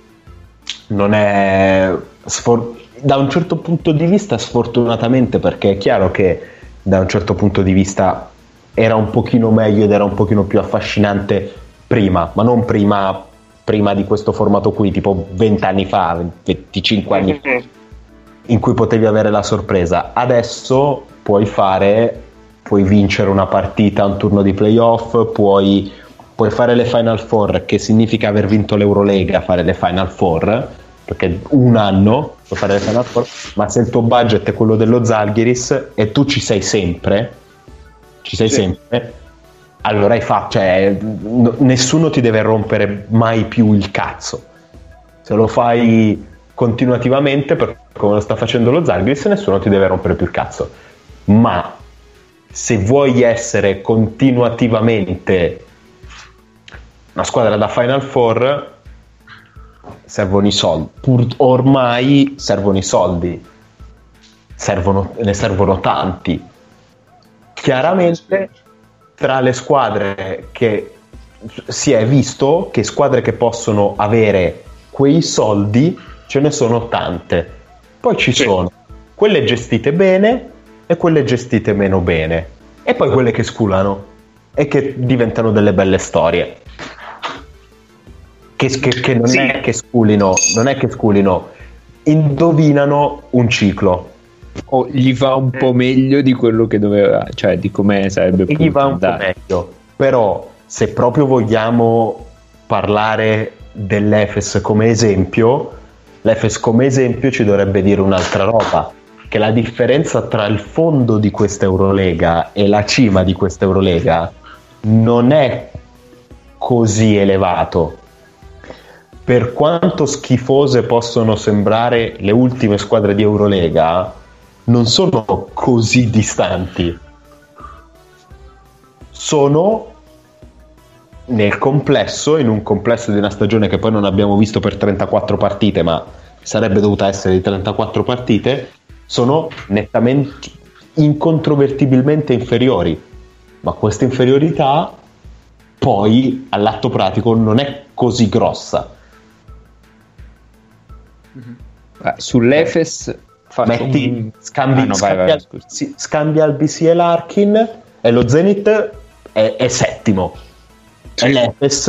non è sfor- da un certo punto di vista sfortunatamente, perché è chiaro che da un certo punto di vista era un pochino meglio ed era un pochino più affascinante prima, ma non prima prima di questo formato qui, tipo venti anni fa, venticinque anni fa, in cui potevi avere la sorpresa. Adesso puoi fare puoi vincere una partita, un turno di playoff, puoi, puoi fare le Final Four, che significa aver vinto l'Eurolega, fare le Final Four, perché un anno puoi fare le Final Four, ma se il tuo budget è quello dello Zalgiris e tu ci sei sempre, ci sei sì. sempre, allora hai fatto, cioè, n- nessuno ti deve rompere mai più il cazzo. Se lo fai continuativamente, per come lo sta facendo lo Zalgiris, nessuno ti deve rompere più il cazzo. Ma se vuoi essere continuativamente una squadra da Final Four, servono i soldi. Pur ormai servono i soldi, servono, ne servono tanti. Chiaramente tra le squadre che si è visto che squadre che possono avere quei soldi ce ne sono tante. Poi ci sì. sono quelle gestite bene e quelle gestite meno bene, e poi quelle che sculano e che diventano delle belle storie, che, che, che non sì. è che sculino non è che sculino indovinano un ciclo, o gli va un po' meglio di quello che doveva, cioè di come sarebbe potuto gli va un andare. po' meglio. Però se proprio vogliamo parlare dell'Efes come esempio, l'Efes come esempio ci dovrebbe dire un'altra roba, che la differenza tra il fondo di questa Eurolega e la cima di questa Eurolega non è così elevato. Per quanto schifose possono sembrare le ultime squadre di Eurolega, non sono così distanti. Sono nel complesso, in un complesso di una stagione che poi non abbiamo visto per trentaquattro partite, ma sarebbe dovuta essere di trentaquattro partite, sono nettamente, incontrovertibilmente inferiori, ma questa inferiorità poi all'atto pratico non è così grossa. eh, sull'Efes metti un... scambi, ah, no, scambi, vai, vai, al, sì, scambi al B C e l'Arkin e lo Zenit è, è settimo, sì. E l'Efes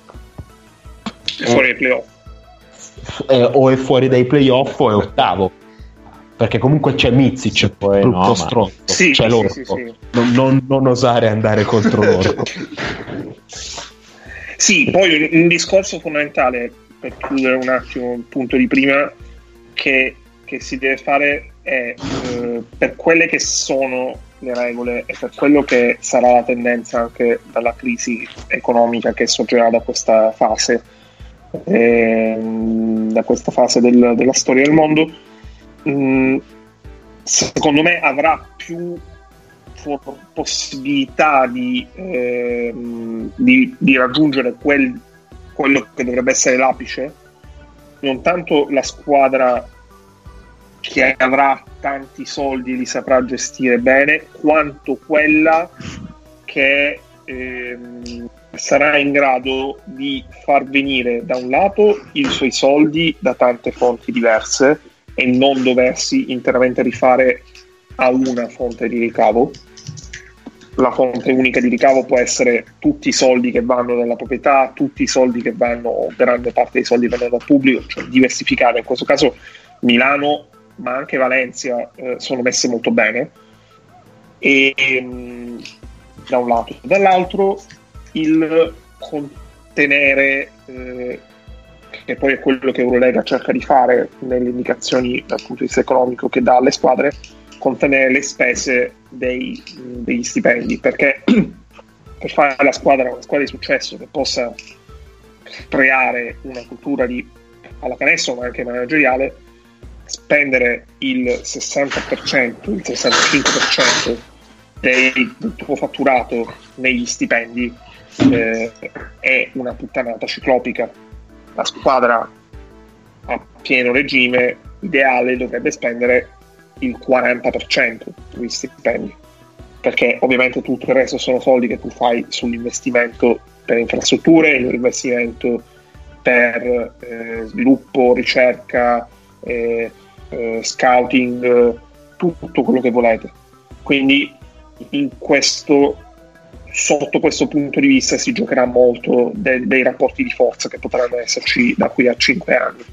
è fuori dai playoff, è, o è fuori dai playoff o è ottavo, perché comunque c'è Mizic, poi brutto no, stronzo, sì, c'è sì, l'orco, sì, sì. Non, non, non osare andare contro l'orco. Sì, poi un, un discorso fondamentale per chiudere un attimo il punto di prima che, che si deve fare è eh, per quelle che sono le regole e per quello che sarà la tendenza anche dalla crisi economica che sorgerà da questa fase eh, da questa fase del, della storia del mondo. Mm, secondo me avrà più for- possibilità di, eh, di, di raggiungere quel, quello che dovrebbe essere l'apice, non tanto la squadra che avrà tanti soldi e li saprà gestire bene, quanto quella che ehm, sarà in grado di far venire da un lato i suoi soldi da tante fonti diverse e non doversi interamente rifare a una fonte di ricavo. La fonte unica di ricavo può essere tutti i soldi che vanno dalla proprietà, tutti i soldi che vanno, grande parte dei soldi vanno dal pubblico, cioè diversificare. In questo caso Milano, ma anche Valencia eh, sono messe molto bene, e ehm, da un lato, dall'altro il con- contenere, eh, che poi è quello che Eurolega cerca di fare nelle indicazioni dal punto di vista economico che dà alle squadre, contenere le spese dei, degli stipendi, perché per fare la squadra una squadra di successo che possa creare una cultura di pallacanestro ma anche manageriale, spendere il sessanta per cento, il sessantacinque per cento dei, del tuo fatturato negli stipendi eh, è una puttanata ciclopica. La squadra a pieno regime ideale dovrebbe spendere il quaranta per cento degli stipendi, perché ovviamente tutto il resto sono soldi che tu fai sull'investimento per infrastrutture, l'investimento per eh, sviluppo, ricerca, eh, eh, scouting, eh, tutto quello che volete. Quindi in questo, sotto questo punto di vista si giocherà molto de- dei rapporti di forza che potranno esserci da qui a cinque anni.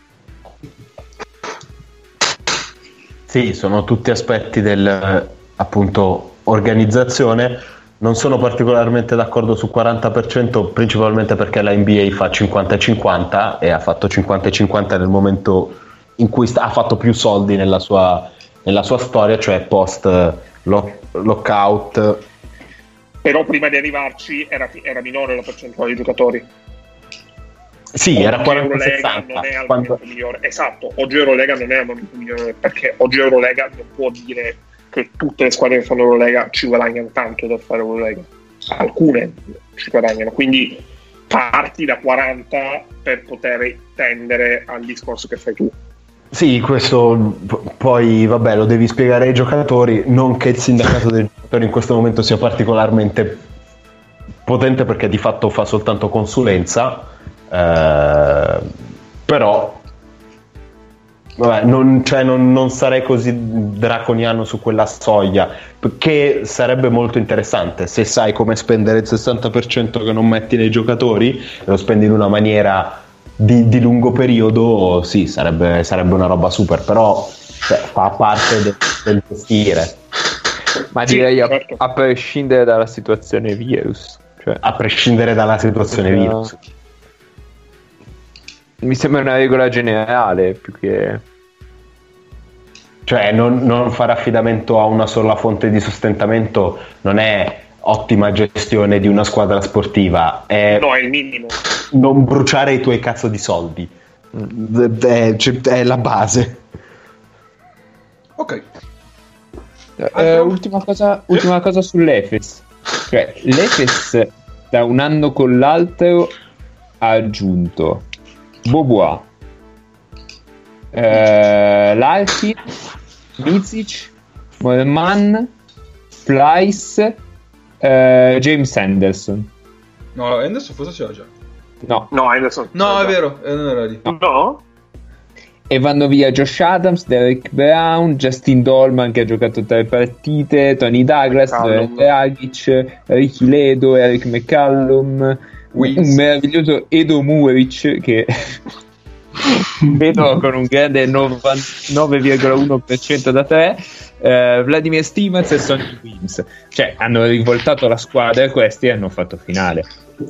Sì, sono tutti aspetti del, appunto, organizzazione. Non sono particolarmente d'accordo sul quaranta per cento, principalmente perché la N B A fa cinquanta cinquanta e ha fatto cinquanta cinquanta nel momento in cui sta, ha fatto più soldi nella sua, nella sua storia, cioè post lock, lockout. Però prima di arrivarci era, era minore la percentuale di giocatori. Sì, oggi era quaranta Eurolega non è al momento migliore. Esatto, oggi Eurolega non è al momento migliore, perché oggi Eurolega non può dire che tutte le squadre che fanno Eurolega ci guadagnano tanto da fare Eurolega. Alcune ci guadagnano, quindi parti da quaranta per poter tendere al discorso che fai tu. Sì, questo poi vabbè lo devi spiegare ai giocatori, non che il sindacato dei giocatori in questo momento sia particolarmente potente, perché di fatto fa soltanto consulenza, eh, però vabbè, non, cioè non, non sarei così draconiano su quella soglia, perché sarebbe molto interessante se sai come spendere il sessanta per cento che non metti nei giocatori e lo spendi in una maniera di, di lungo periodo. Sì, sarebbe, sarebbe una roba super, però cioè, fa parte del, del gestire. Ma direi a, a prescindere dalla situazione virus, cioè a prescindere dalla situazione no. virus mi sembra una regola generale più che, cioè non, non fare affidamento a una sola fonte di sostentamento non è ottima gestione di una squadra sportiva, è, no, è il minimo. Non bruciare i tuoi cazzo di soldi è, è la base. Ok. eh, ultima cosa ultima cosa sull'Efes, cioè l'Efes da un anno con l'altro ha aggiunto Bobois, eh, Larkin, Mizic, Morman, Plyce, eh, James Anderson. No, Anderson forse c'era già. No, no, Anderson. No, è vero, eh, non era lì. No. E vanno via Josh Adams, Derek Brown, Justin Dolman che ha giocato tre partite, Tony Douglas, Dragic, Ricky Ledo, Eric McCallum, un meraviglioso Edo Muric che vedo con un grande novantanove virgola uno per cento da tre, uh, Vladimir Stimaz e Sonny Wims. Cioè hanno rivoltato la squadra e questi hanno fatto finale.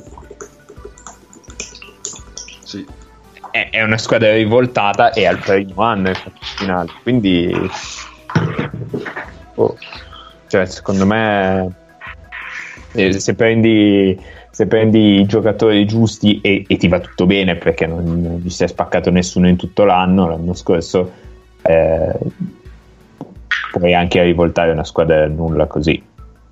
Sì. È, è una squadra rivoltata e al primo anno è fatto finale, quindi oh. Cioè secondo me eh, se prendi se prendi i giocatori giusti e, e ti va tutto bene, perché non, non gli si è spaccato nessuno in tutto l'anno, l'anno scorso eh, puoi anche rivoltare una squadra da nulla così.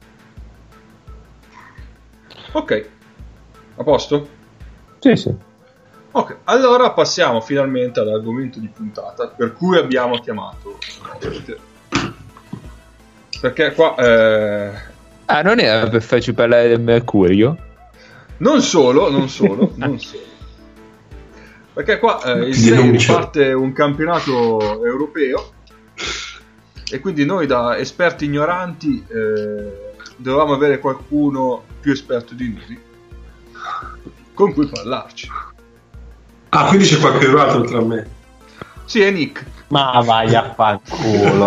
Ok, a posto? Sì, sì. Ok, allora passiamo finalmente all'argomento di puntata per cui abbiamo chiamato ospite. Perché qua eh... ah, non era per farci parlare del Mercurio? Non solo, non solo, non solo. Perché qua eh, il sei parte un campionato europeo e quindi noi da esperti ignoranti eh, dovevamo avere qualcuno più esperto di noi con cui parlarci. Ah, quindi c'è qualche altro tra me? Sì, è Nick. Ma vai a fanculo.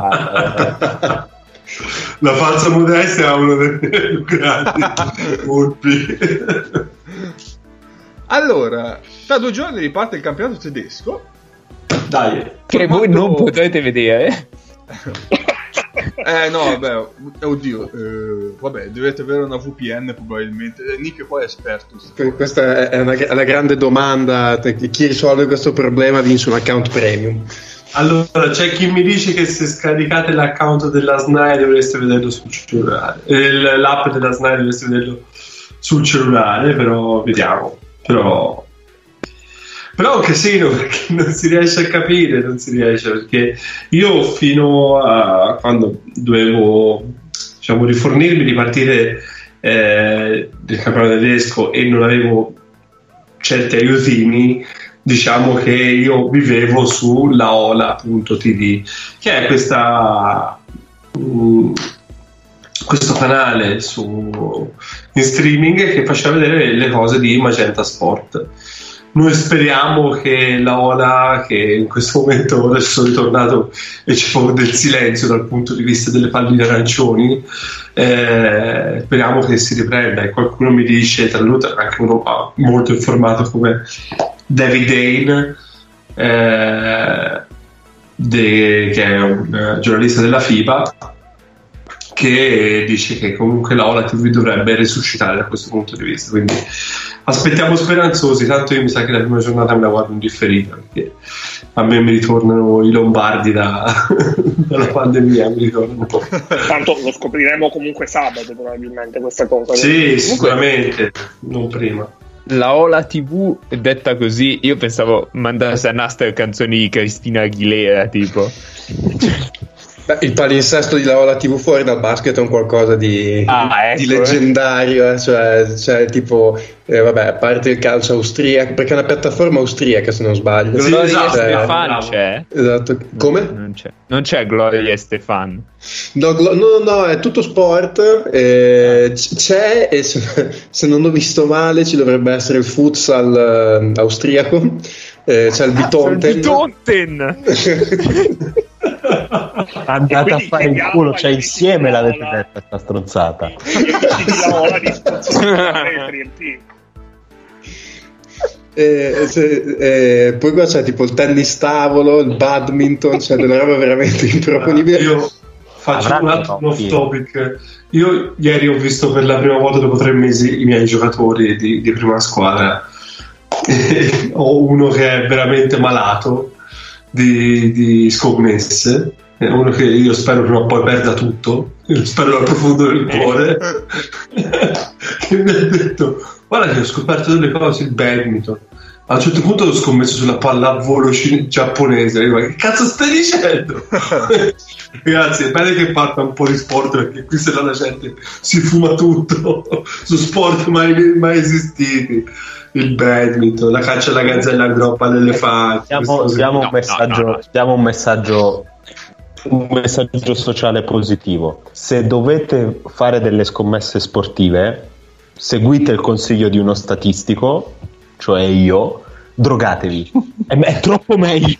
La falsa modestia è uno dei più grandi colpi. Allora, tra due giorni riparte il campionato tedesco. Dai. Che voi non potrete vedere. Eh no, vabbè, oddio, eh, vabbè, dovete avere una V P N probabilmente. Nick poi è esperto. Questa è una, è una grande domanda. Chi risolve questo problema vince un account premium. Allora, c'è chi mi dice che se scaricate l'account della S N A I dovreste vederlo sul cellulare. L'app della S N A I dovreste vederlo sul cellulare, però vediamo. Però Però è un casino perché non si riesce a capire, non si riesce, perché io fino a quando dovevo, diciamo, rifornirmi di partite eh, del campionato tedesco e non avevo certi aiutini, diciamo che io vivevo su laola punto tv, che è questa um, questo canale su in streaming che faceva vedere le cose di Magenta Sport. Noi speriamo che la Ola, che in questo momento adesso sono ritornato e c'è poco del silenzio dal punto di vista delle palline arancioni, eh, speriamo che si riprenda. E qualcuno mi dice, tra l'altro anche uno molto informato come David Dane, eh, de, che è un uh, giornalista della FIBA, che dice che comunque la Ola tivù dovrebbe risuscitare da questo punto di vista, quindi aspettiamo speranzosi. Tanto io mi sa che la prima giornata me la guardo in differita, perché a me mi ritornano i lombardi da, dalla pandemia, mi ritornano. Tanto lo scopriremo comunque sabato probabilmente questa cosa. Sì, sicuramente, non prima. La Ola tivù detta così, io pensavo mandasse a Naster canzoni di Cristina Aguilera, tipo. Beh, il palinsesto di Laola tivù fuori dal basket è un qualcosa di, ah, ecco, di leggendario, eh. cioè, cioè tipo, eh, vabbè, a parte il calcio austriaco, perché è una piattaforma austriaca se non sbaglio. Sì, Gloria esatto, Estefan bravo. c'è? Esatto. Come? Non c'è, non c'è Gloria Estefan. No, glo- no, no, è tutto sport, eh, c- c'è, e se, se non ho visto male ci dovrebbe essere il futsal eh, austriaco, eh, c'è il Bitonten. Bitonten! Andate a fare il culo, cioè insieme l'avete detta sta stronzata. Eh, se, eh, poi qua c'è tipo il tennis tavolo, il badminton, c'è delle robe veramente improponibili. Io faccio Avranno un altro no, off sì. topic. Io ieri ho visto per la prima volta dopo tre mesi i miei giocatori di, di prima squadra. E ho uno che è veramente malato di, di scommesse, è uno che io spero prima o poi perda tutto, io spero dal profondo del cuore, che mi ha detto: guarda che ho scoperto delle cose, il badminton. A un certo punto ho scommesso sulla pallavolo cin- giapponese. Io, ma che cazzo stai dicendo? Ragazzi, è bene che parta un po' di sport, perché qui se no la gente si fuma tutto su sport mai, mai esistiti. Il badminton, la caccia alla gazzella in groppa all'elefante. Diamo, diamo, un No, messaggio, no, no, no. diamo un messaggio un messaggio sociale positivo. Se dovete fare delle scommesse sportive, seguite il consiglio di uno statistico, cioè io, drogatevi. È, è troppo meglio.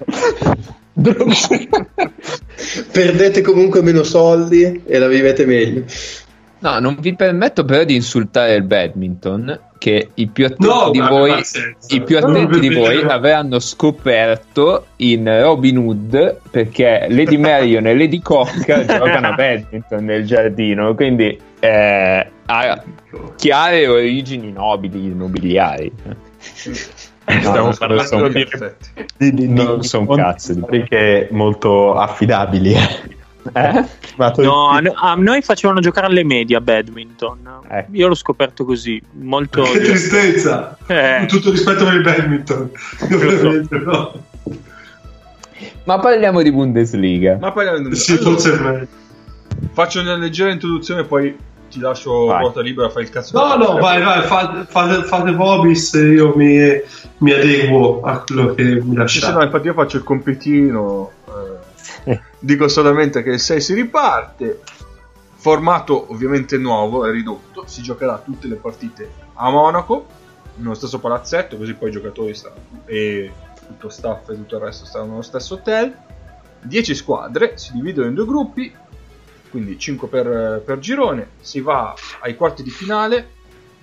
Perdete comunque meno soldi e la vivete meglio. No, non vi permetto però di insultare il badminton, che i più attenti No, di ma voi, aveva senso. i più No, attenti di per- voi per- avranno scoperto in Robin Hood, perché Lady Marion e Lady Cocca giocano a badminton nel giardino, quindi eh, ha chiare origini nobili, nobiliari. Stiamo non parlando sono di, Perfetti. di, di, Non di son fonti cazzo di- storiche molto affidabili. Eh? Ma tu- No, a no- a noi facevano giocare alle medie a badminton. Ecco. Io l'ho scoperto così, molto. Che tristezza! Eh. Tutto rispetto per il badminton. Io veramente no. Ma parliamo di Bundesliga. Ma parliamo di... Sì, allora, forse è meglio. faccio una leggera introduzione, poi ti lascio Vai. ruota libera a fare il cazzo. No, no, vai, vai, fate, fate, fate Bobis e io mi, mi adeguo a quello che mi Sì, sì, lasciate. no, infatti io faccio il compitino, eh, dico solamente che il sei si riparte, formato ovviamente nuovo, è ridotto, si giocherà tutte le partite a Monaco, nello stesso palazzetto, così poi i giocatori stanno, e tutto staff e tutto il resto stanno nello stesso hotel. dieci squadre, si dividono in due gruppi, quindi cinque per, per girone, si va ai quarti di finale,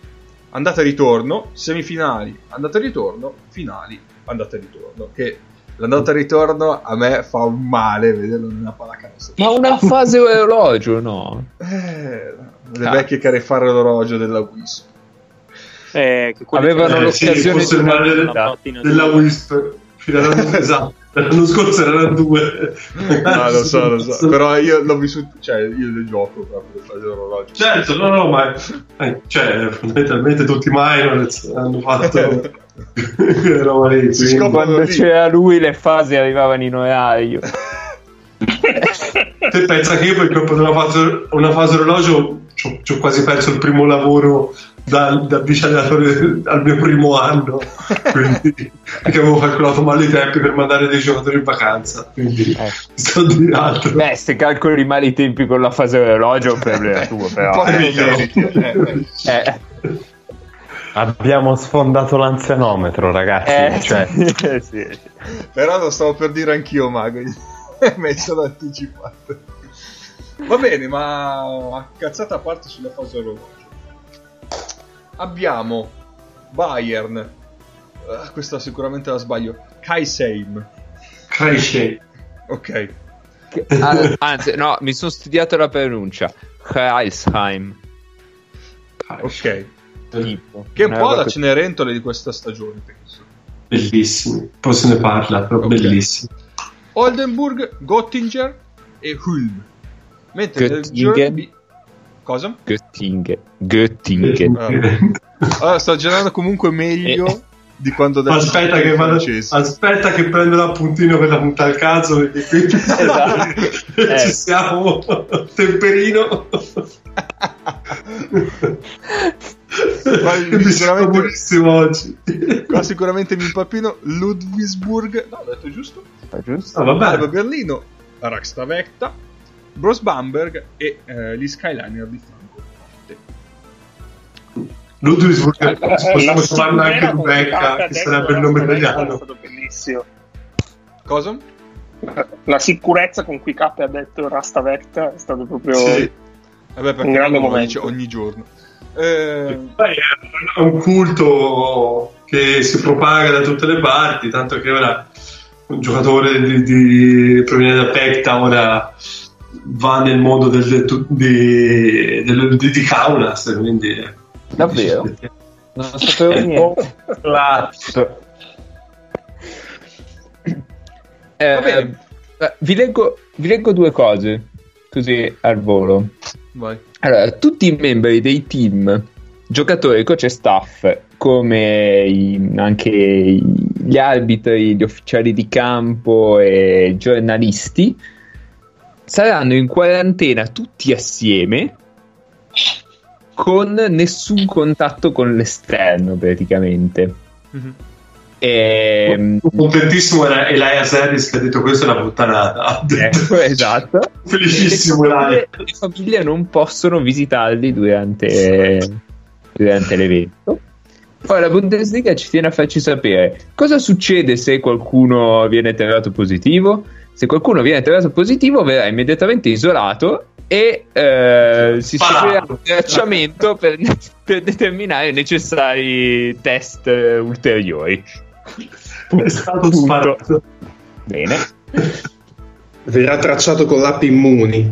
andata e ritorno, semifinali, andata e ritorno, finali, andata e ritorno, che l'andata e ritorno a me fa un male vederlo nella pallacanestro. Ma una fase orologio, no? Eh, le ah. vecchie carefare l'orologio della Wisp. Eh, che avevano eh, l'occasione sì, di una della, della Wisp fino all'anno esatto. L'anno scorso erano due. No, lo so, lo so. Però io l'ho vissuto, cioè io le gioco proprio le fasi orologio. Certo, no, no, ma eh, cioè fondamentalmente tutti i minors hanno fatto roba lì. Si quando lì. C'era lui le fasi arrivavano in orario. Te pensa che io per colpa di una fase, una fase orologio ci ho quasi perso il primo lavoro da, da vice allenatore al mio primo anno, quindi, perché avevo calcolato male i tempi per mandare dei giocatori in vacanza, quindi eh. sto di altro. Beh, se calcoli male i tempi con la fase orologio è un problema tuo, però eh, eh, eh. Abbiamo sfondato l'anzianometro, ragazzi, eh, cioè. sì, sì. Però lo stavo per dire anch'io, Mago. Mi sono anticipato. Va bene, ma cazzata a parte sulla fase orologio. Abbiamo Bayern. Uh, questa sicuramente la sbaglio. Kaisheim. Kaisheim. Ok. Ah, anzi, no, mi sono studiato la pronuncia. Kreisheim. Ok. Tipo. Che è un po' la Cenerentola di questa stagione, penso. Bellissimo. Poi se ne parla, però okay. Bellissimo. Oldenburg, Göttingen e Ulm. Mentre Göttingen. Bi- Cosa? Göttingen. Göttingen. Ah. Allora, sta girando comunque meglio eh. di quando adesso. Aspetta che, vado, aspetta che prendo l'appuntino per la punta al cazzo, perché qui esatto. eh. ci siamo. Temperino. Qua sicuramente buonissimo oggi. Qua sicuramente mi impappino. Ludwigsburg, no, l'ho detto giusto? È giusto. Ah, vabbè. Alba Berlino, Rastavecta, Bros Bamberg e eh, gli Skyliner di Francoforte. Ludwigsburg, possiamo chiamarla anche Lubecca, che sarebbe il nome italiano. È stato bellissimo. Cosa? La sicurezza con cui K ha detto Rastavecta è stato proprio sì. Vabbè, perché un grande momento. Dice ogni giorno. Eh... Beh, è un culto che si propaga da tutte le parti, tanto che ora un giocatore di, di proveniente da Pecta ora va nel mondo del, del, di, del, di, di Kaunas, quindi davvero? Non sapevo niente. eh, vi, leggo, vi leggo due cose così al volo. Vai. Allora, tutti i membri dei team, giocatori, coach e staff, come i, anche gli arbitri, gli ufficiali di campo e giornalisti, saranno in quarantena tutti assieme con nessun contatto con l'esterno praticamente. Mm-hmm. E... contentissimo era Elias Harris che ha detto questa è una puttanata. Ecco, esatto. Felicissimo. Le famiglie, le famiglie non possono visitarli durante, durante l'evento. Poi la Bundesliga ci tiene a farci sapere cosa succede se qualcuno viene tirato positivo. Se qualcuno viene tirato positivo verrà immediatamente isolato e eh, si seguirà un tracciamento per, per determinare i necessari test ulteriori. È stato sparato. Bene. Verrà tracciato con l'app Immuni.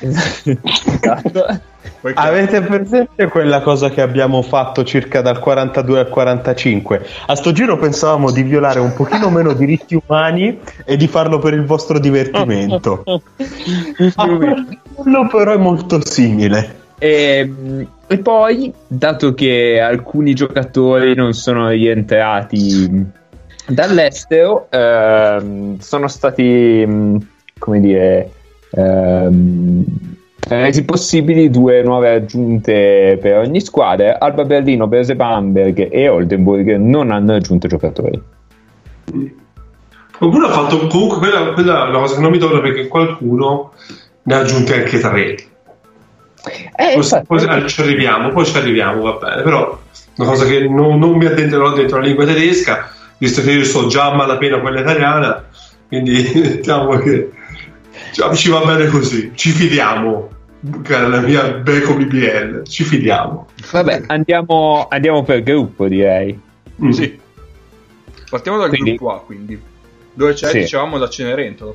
Esatto. Avete presente quella cosa che abbiamo fatto circa dal quarantadue al quarantacinque? A sto giro pensavamo di violare un pochino meno diritti umani e di farlo per il vostro divertimento. Quello però è molto simile. E, e poi, dato che alcuni giocatori non sono rientrati dall'estero, ehm, sono stati, come dire, ehm, resi possibili due nuove aggiunte per ogni squadra. Alba Berlino, Bose Bamberg e Oldenburg non hanno aggiunto giocatori. Qualcuno ha fatto comunque quella, quella la cosa che non mi torna, perché qualcuno ne ha aggiunte anche tre. Eh, poi, poi ci arriviamo, poi ci arriviamo, va bene, però una cosa che non, non mi addentrerò dentro la lingua tedesca, visto che io so già a malapena quella italiana, quindi diciamo che cioè, ci va bene così, ci fidiamo. la mia Beko B B L, ci fidiamo. Vabbè, andiamo, andiamo per gruppo, direi. Mm. Sì. Partiamo dal Quindi- gruppo A, quindi. Dove c'è, Sì. dicevamo, la Cenerentola.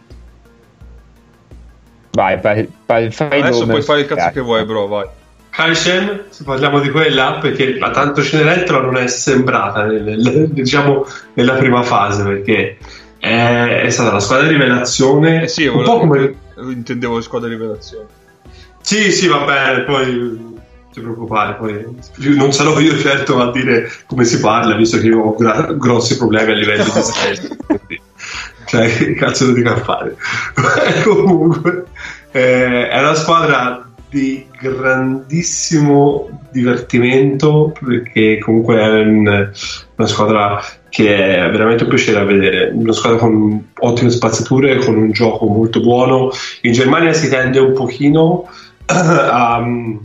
Vai, fai, fai, fai Adesso nome. puoi fare il cazzo che vuoi, bro, vai. Kaishen, se parliamo di quella, perché la tanto Cenerentola non è sembrata nel- nel- diciamo nella prima fase, perché è, è stata la squadra di rivelazione, Eh sì, un po' come... intendevo le squadre di rivelazione. Sì, sì, va bene, poi non ti preoccupare, poi non sarò io certo a dire come si parla, visto che io ho gra- grossi problemi a livello di Israele. Quindi, cioè, che cazzo lo dico a fare? Comunque, eh, è una squadra di grandissimo divertimento, perché comunque è un- una squadra che è veramente un piacere a vedere, una squadra con ottime spaziature, con un gioco molto buono. In Germania si tende un pochino a,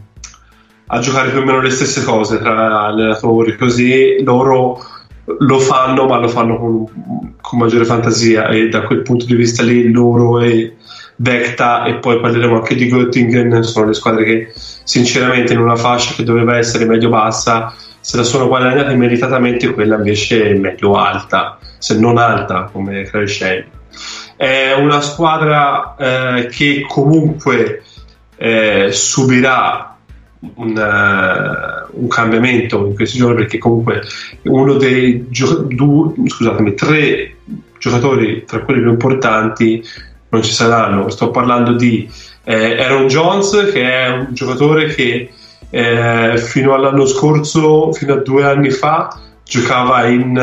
a giocare più o meno le stesse cose tra allenatori, così loro lo fanno, ma lo fanno con, con maggiore fantasia, e da quel punto di vista lì loro e Vecta, e poi parleremo anche di Göttingen, sono le squadre che sinceramente in una fascia che doveva essere medio-bassa se la sono guadagnate meritatamente, quella invece è medio-alta, se non alta come Kreisheim. È una squadra eh, che comunque eh, subirà un, uh, un cambiamento in questi giorni, perché comunque uno dei gio- due, scusatemi, tre giocatori tra quelli più importanti non ci saranno. Sto parlando di eh, Aaron Jones, che è un giocatore che eh, fino all'anno scorso, fino a due anni fa, giocava in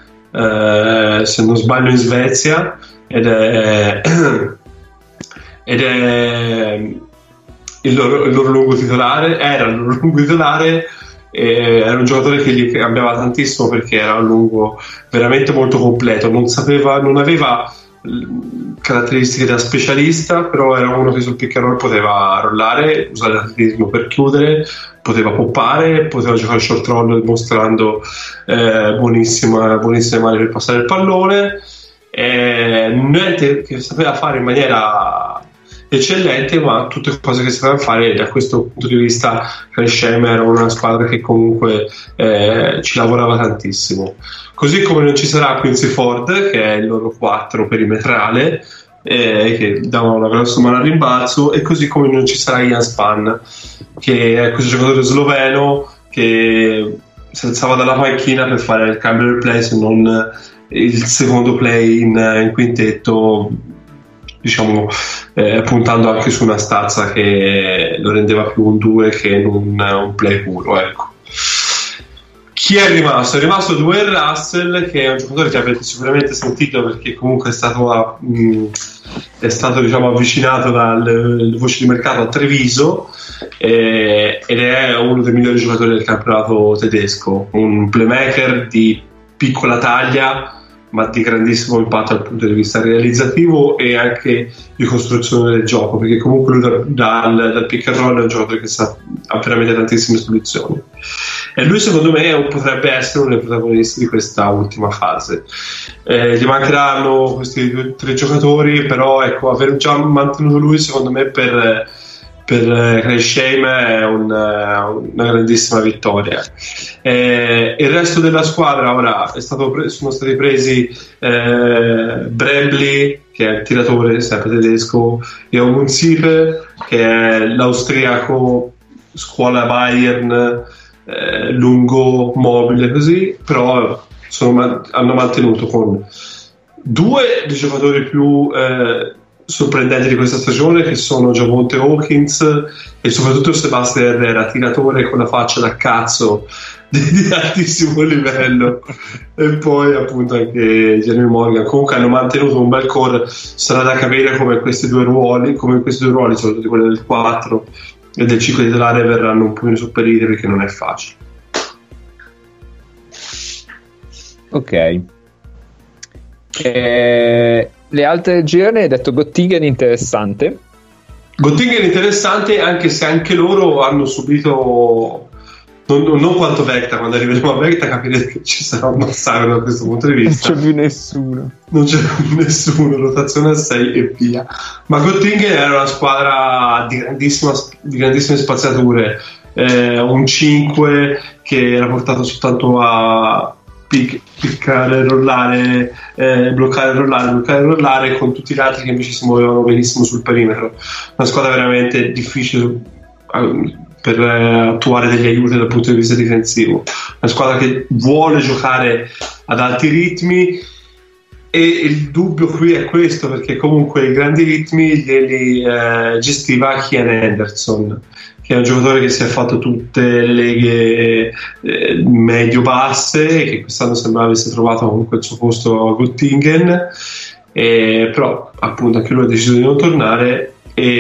eh, se non sbaglio in Svezia, ed è ed è il loro, il loro lungo titolare, era il loro lungo titolare. E era un giocatore che gli cambiava tantissimo, perché era un lungo veramente molto completo, non sapeva, non aveva caratteristiche da specialista, però era uno che sul pick and roll poteva rollare, usare l'atletismo per chiudere, poteva poppare, poteva giocare short roll mostrando eh, buonissima, buonissime mani per passare il pallone, eh, niente che sapeva fare in maniera eccellente, ma tutte cose che sapeva fare. E da questo punto di vista Kreisheim era una squadra che comunque eh, ci lavorava tantissimo. Così come non ci sarà Quincy Ford, che è il loro quattro perimetrale, eh, che dà una grossa mano al rimbalzo, e così come non ci sarà Ian Span, che è questo giocatore sloveno che si alzava dalla panchina per fare il cambio del play, se non il secondo play in, in quintetto, diciamo eh, puntando anche su una stazza che lo rendeva più un due che un, un play puro, ecco. Chi è rimasto? È rimasto Dwayne Russell, che è un giocatore che avete sicuramente sentito, perché comunque è stato, mh, è stato diciamo, avvicinato dalle voci di mercato a Treviso, eh, ed è uno dei migliori giocatori del campionato tedesco, un playmaker di piccola taglia ma di grandissimo impatto dal punto di vista realizzativo e anche di costruzione del gioco, perché comunque lui dal, dal, dal pick and roll è un giocatore che sa, ha veramente tantissime soluzioni, e lui secondo me potrebbe essere uno dei protagonisti di questa ultima fase. Eh, gli mancheranno questi due, tre giocatori, però ecco, aver già mantenuto lui secondo me per per Kreisheim è un, una grandissima vittoria. Eh, il resto della squadra ora è stato pre- sono stati presi eh, Bräbli, che è il tiratore sempre tedesco, e Omunsipe, che è l'austriaco scuola Bayern, eh, lungo, mobile, così, però sono, hanno mantenuto con due dei giocatori più eh, sorprendenti di questa stagione, che sono Javonte Hawkins e soprattutto Sebastian Herrera, tiratore con la faccia da cazzo di, di altissimo livello, e poi appunto anche Jeremy Morgan. Comunque hanno mantenuto un bel core, sarà da capire come questi due ruoli, come questi due ruoli, soprattutto quello del quattro e del cinque titolare, verranno un pochino sopperiti, perché non è facile. Ok. Eh, le altre girone hai detto Göttingen interessante. Göttingen interessante, anche se anche loro hanno subito non, non quanto Vecta, quando arriveremo a Vecta capirete che ci sarà un massacro da questo punto di vista. Non c'è più nessuno. Non c'è più nessuno, rotazione a sei e via. Ma Göttingen era una squadra di, grandissima, di grandissime spaziature, eh, un cinque che era portato soltanto a pic- piccare, rollare, eh, bloccare, rollare, bloccare, rollare, con tutti gli altri che invece si muovevano benissimo sul perimetro. Una squadra veramente difficile per eh, attuare degli aiuti dal punto di vista difensivo, una squadra che vuole giocare ad alti ritmi, e il dubbio qui è questo, perché comunque i grandi ritmi glieli eh, gestiva Kian Henderson, che è un giocatore che si è fatto tutte le leghe eh, medio-basse e che quest'anno sembrava avesse trovato comunque il suo posto a Göttingen, eh, però appunto anche lui ha deciso di non tornare,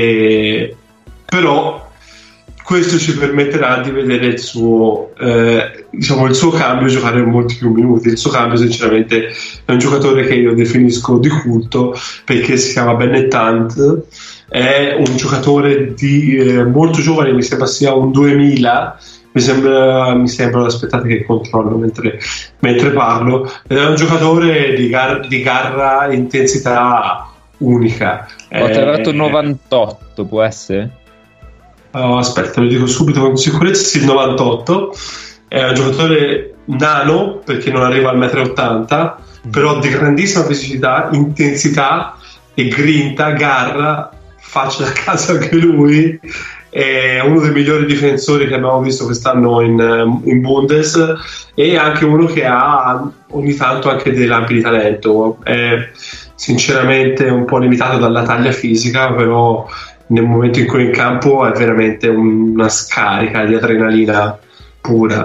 e però questo ci permetterà di vedere il suo eh, diciamo il suo cambio, giocare molti più minuti. Il suo cambio sinceramente è un giocatore che io definisco di culto, perché si chiama Bennett Hunt, è un giocatore di eh, molto giovane, mi sembra sia un duemila, mi sembra, mi sembra aspettate che controllo mentre, mentre parlo, è un giocatore di, gar- di garra e intensità unica. Ho tirato eh, novantotto, può essere? Oh, aspetta, lo dico subito con sicurezza, sì, il novantotto. È un giocatore nano, perché non arriva al uno e ottanta metri, però di grandissima fisicità, intensità e grinta, garra, faccia da casa anche lui. È uno dei migliori difensori che abbiamo visto quest'anno in, in Bundes, e anche uno che ha ogni tanto anche dei lampi di talento. È sinceramente un po' limitato dalla taglia fisica, però nel momento in cui è in campo è veramente una scarica di adrenalina pura.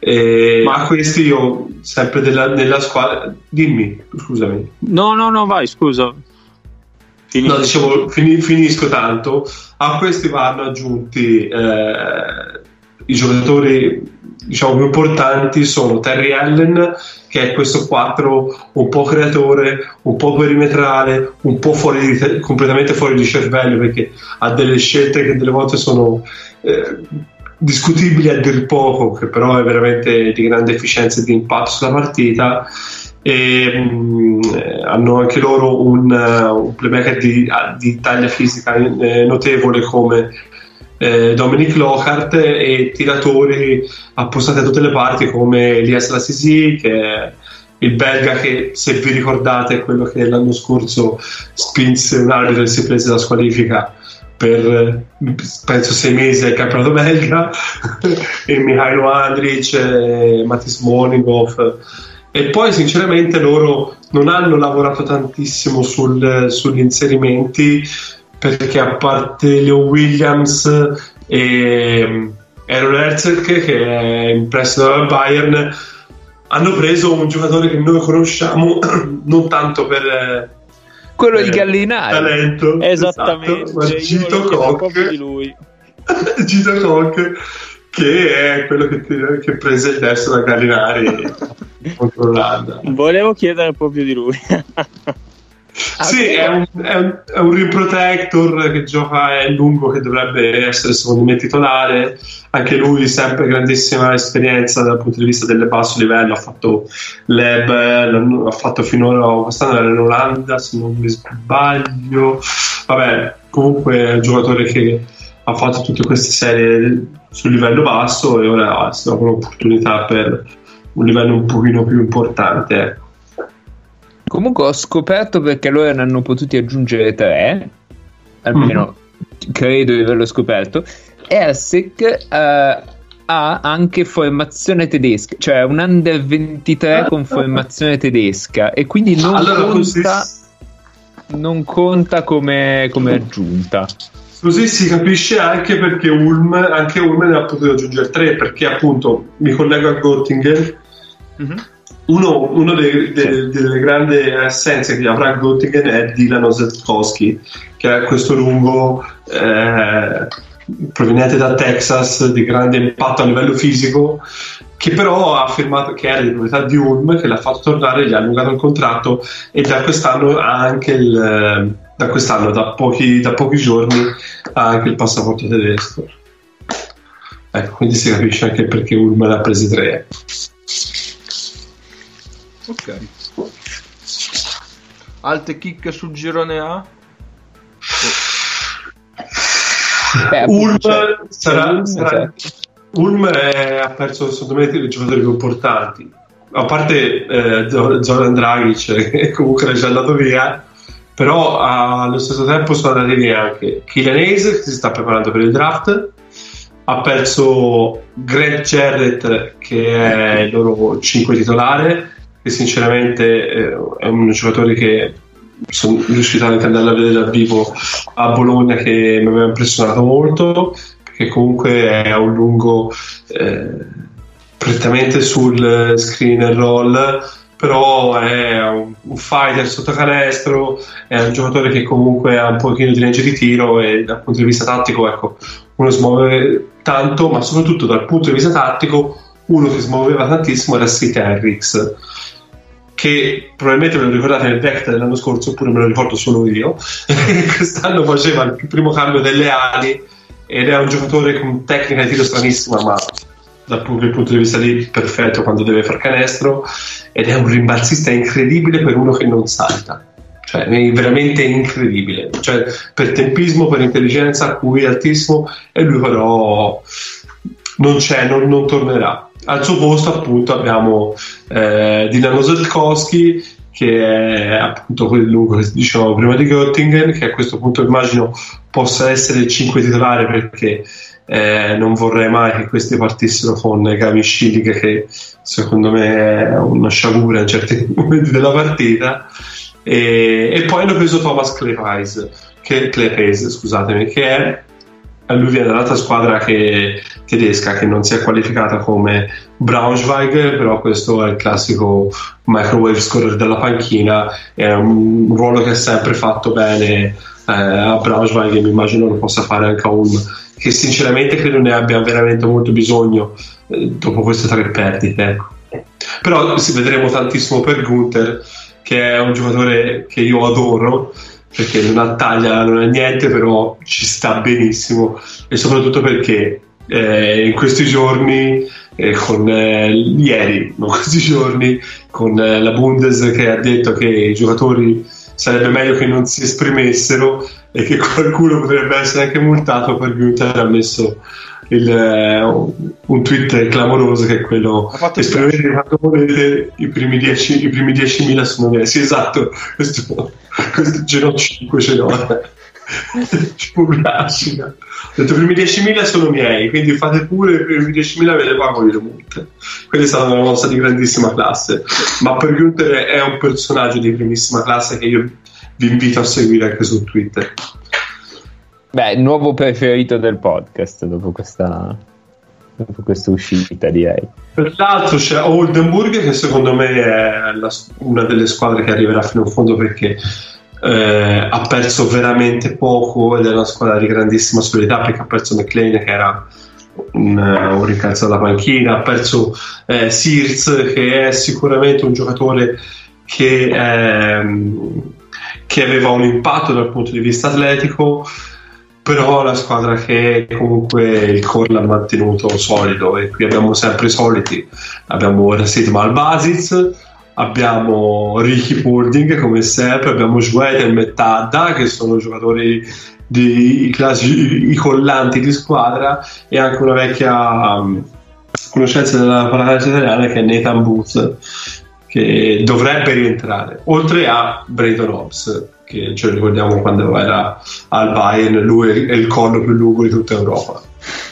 E ma a questi io sempre della, della squadra, dimmi, scusami. No, no, no, vai, scusa. Finisco. No, dicevo, fin, finisco tanto. A questi vanno aggiunti eh, i giocatori, diciamo, più importanti sono Terry Allen, che è questo quattro un po' creatore, un po' perimetrale, un po' fuori di, completamente fuori di cervello, perché ha delle scelte che delle volte sono eh, discutibili a dir poco, che però è veramente di grande efficienza e di impatto sulla partita. E mh, hanno anche loro un, uh, un playmaker di, di taglia fisica eh, notevole come eh, Dominic Lockhart, e tiratori appostati da tutte le parti come Elias Lassisi, che è il belga che, se vi ricordate, è quello che l'anno scorso spinse un arbitro e si prese la squalifica per penso sei mesi al campionato belga e Mihailo Andrić e Matis Morninghoff. E poi sinceramente loro non hanno lavorato tantissimo sul, sugli inserimenti, perché a parte Leo Williams e Aaron Herzog, che è in prestito dal Bayern, hanno preso un giocatore che noi conosciamo non tanto per quello eh, di Gallinari, talento, esattamente, esatto, ma Gito Koch, di lui. Gito Koch, che è quello che, che prese il destro da Gallinari controllando. Volevo chiedere proprio di lui. Sì, è un, è, un, è un rim protector che gioca, è lungo, che dovrebbe essere secondo me titolare. Anche lui sempre grandissima esperienza dal punto di vista del basso livello, ha fatto l'E B, ha fatto finora, quest'anno era in Olanda se non mi sbaglio. Vabbè, comunque è un giocatore che ha fatto tutte queste serie sul livello basso, e ora si trova un'opportunità per un livello un pochino più importante. Comunque ho scoperto, perché loro ne hanno potuti aggiungere tre, almeno mm. credo di averlo scoperto. Herzog uh, ha anche formazione tedesca, cioè un under ventitré con formazione tedesca, e quindi non allora, conta così... non conta come, come aggiunta. Così si capisce anche perché Ulm, anche Ulm ne ha potuto aggiungere tre, perché appunto mi collego a Göttingen. Mm-hmm. Uno, uno dei, dei, delle grandi assenze che avrà Göttingen è Dylan Osetkowski, che è questo lungo eh, proveniente da Texas, di grande impatto a livello fisico, che però ha affermato che era di proprietà di Ulm, che l'ha fatto tornare, gli ha allungato il contratto, e da quest'anno ha anche il da quest'anno, da pochi, da pochi giorni, ha anche il passaporto tedesco. Ecco, quindi si capisce anche perché Ulm ne ha presi tre. Ok. Alte chicche sul girone A? Beh, Ulm sarà, sarà Ulm è, ha perso secondo me i giocatori più importanti, a parte eh, Zoran Dragic che comunque è già andato via, però allo stesso tempo sono andati via anche Killian Hayes che si sta preparando per il draft, ha perso Greg Jarrett che è il loro cinque titolare, che sinceramente eh, è un giocatore che sono riuscito anche ad andare a vedere dal vivo a Bologna, che mi aveva impressionato molto, perché comunque è un lungo eh, prettamente sul screen and roll, però è un, un fighter sotto canestro, è un giocatore che comunque ha un pochino di range di tiro e dal punto di vista tattico, ecco, uno si muove tanto, ma soprattutto dal punto di vista tattico uno che si muoveva tantissimo era Seth Henricks, che probabilmente ve lo ricordate nel deck dell'anno scorso, oppure me lo ricordo solo io. Quest'anno faceva il primo cambio delle ali ed è un giocatore con tecnica di tiro stranissima, ma dal punto di vista lì perfetto quando deve far canestro, ed è un rimbalzista incredibile per uno che non salta, cioè è veramente incredibile, cioè per tempismo, per intelligenza, Q I altissimo, e lui però non c'è, non, non tornerà. Al suo posto appunto abbiamo eh, Dinamo Zelkowski, che è appunto quel lungo che dicevamo prima di Göttingen, che a questo punto immagino possa essere il cinque titolare, perché eh, non vorrei mai che questi partissero con Gavin Schilling, che secondo me è una sciagura in certi momenti della partita, e, e poi hanno preso Thomas Klepais, che, Klepais, scusatemi, che è lui viene dall'altra squadra che, tedesca, che non si è qualificata come Braunschweig, però questo è il classico microwave scorer della panchina, è un ruolo che ha sempre fatto bene eh, a Braunschweig, e mi immagino lo possa fare anche a Ulm, che sinceramente credo ne abbia veramente molto bisogno eh, dopo queste tre perdite, ecco. Però si vedremo tantissimo per Gunther, che è un giocatore che io adoro, perché non ha taglia, non ha niente, però ci sta benissimo, e soprattutto perché eh, in questi giorni eh, con eh, ieri, non questi giorni, con eh, la Bundes che ha detto che i giocatori sarebbe meglio che non si esprimessero e che qualcuno potrebbe essere anche multato, per Günther ha messo il, eh, un tweet clamoroso, che è quello: esprimete quando volete, i primi dieci i primi diecimila sono miei. Sì, esatto, questo, questo ce n'ho cinque, ce n'ho Ciurlascina. Ho detto: i primi diecimila sono miei, quindi fate pure, i primi diecimila ve le pago io le multe. Quella è stata una mossa di grandissima classe, ma per Günther è un personaggio di primissima classe che io vi invito a seguire anche su Twitter. Beh, il nuovo preferito del podcast dopo questa, dopo questa uscita, direi. Per l'altro c'è Oldenburg, che secondo me è la, una delle squadre che arriverà fino in fondo, perché eh, ha perso veramente poco ed è una squadra di grandissima solidità, perché ha perso McLean, che era un, un rincalzo dalla panchina, ha perso eh, Sears, che è sicuramente un giocatore che, ehm, che aveva un impatto dal punto di vista atletico, però la squadra che comunque il core l'ha mantenuto solido, e qui abbiamo sempre i soliti. Abbiamo Racid Malbasic, abbiamo Ricky Polding come sempre, abbiamo Joel e Mettadda, che sono giocatori di i classici, i collanti di squadra, e anche una vecchia um, conoscenza della pallacanestro italiana, che è Nathan Booth, che dovrebbe rientrare, oltre a Brandon Hobbs, che ce lo ricordiamo quando era al Bayern, lui è il collo più lungo di tutta Europa.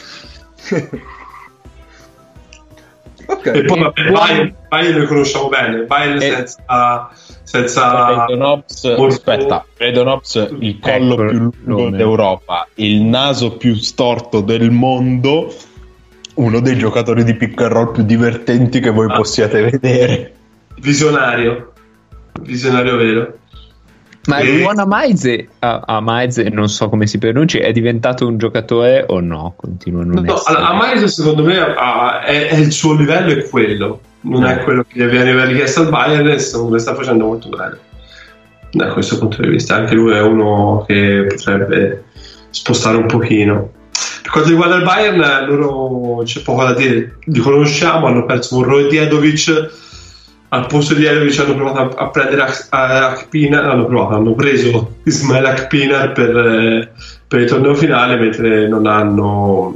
Okay. E poi vabbè, Bayern, Bayern lo conosciamo bene, Bayern e... senza senza Brandon Hobbs, molto... aspetta, Brandon Hobbs, il collo ecco, più lungo d'Europa, il naso più storto del mondo, uno dei giocatori di pick and roll più divertenti che voi ah, possiate vedere. Visionario, visionario vero. Ma e... il buon Amaise, uh, Amaise, non so come si pronuncia, è diventato un giocatore o no? Continua a non no, essere. Amaise secondo me ha, è, è il suo livello, è quello, non eh. è quello che gli aveva richiesto al Bayern, e lo sta facendo molto bene da questo punto di vista. Anche lui è uno che potrebbe spostare un pochino. Per quanto riguarda il Bayern, loro c'è poco da dire, li conosciamo, hanno perso Monroe e Djedovic, al posto di Djedovic hanno provato a, a prendere Akpinar, hanno provato, hanno preso Ismail Akpinar per, per il torneo finale, mentre non hanno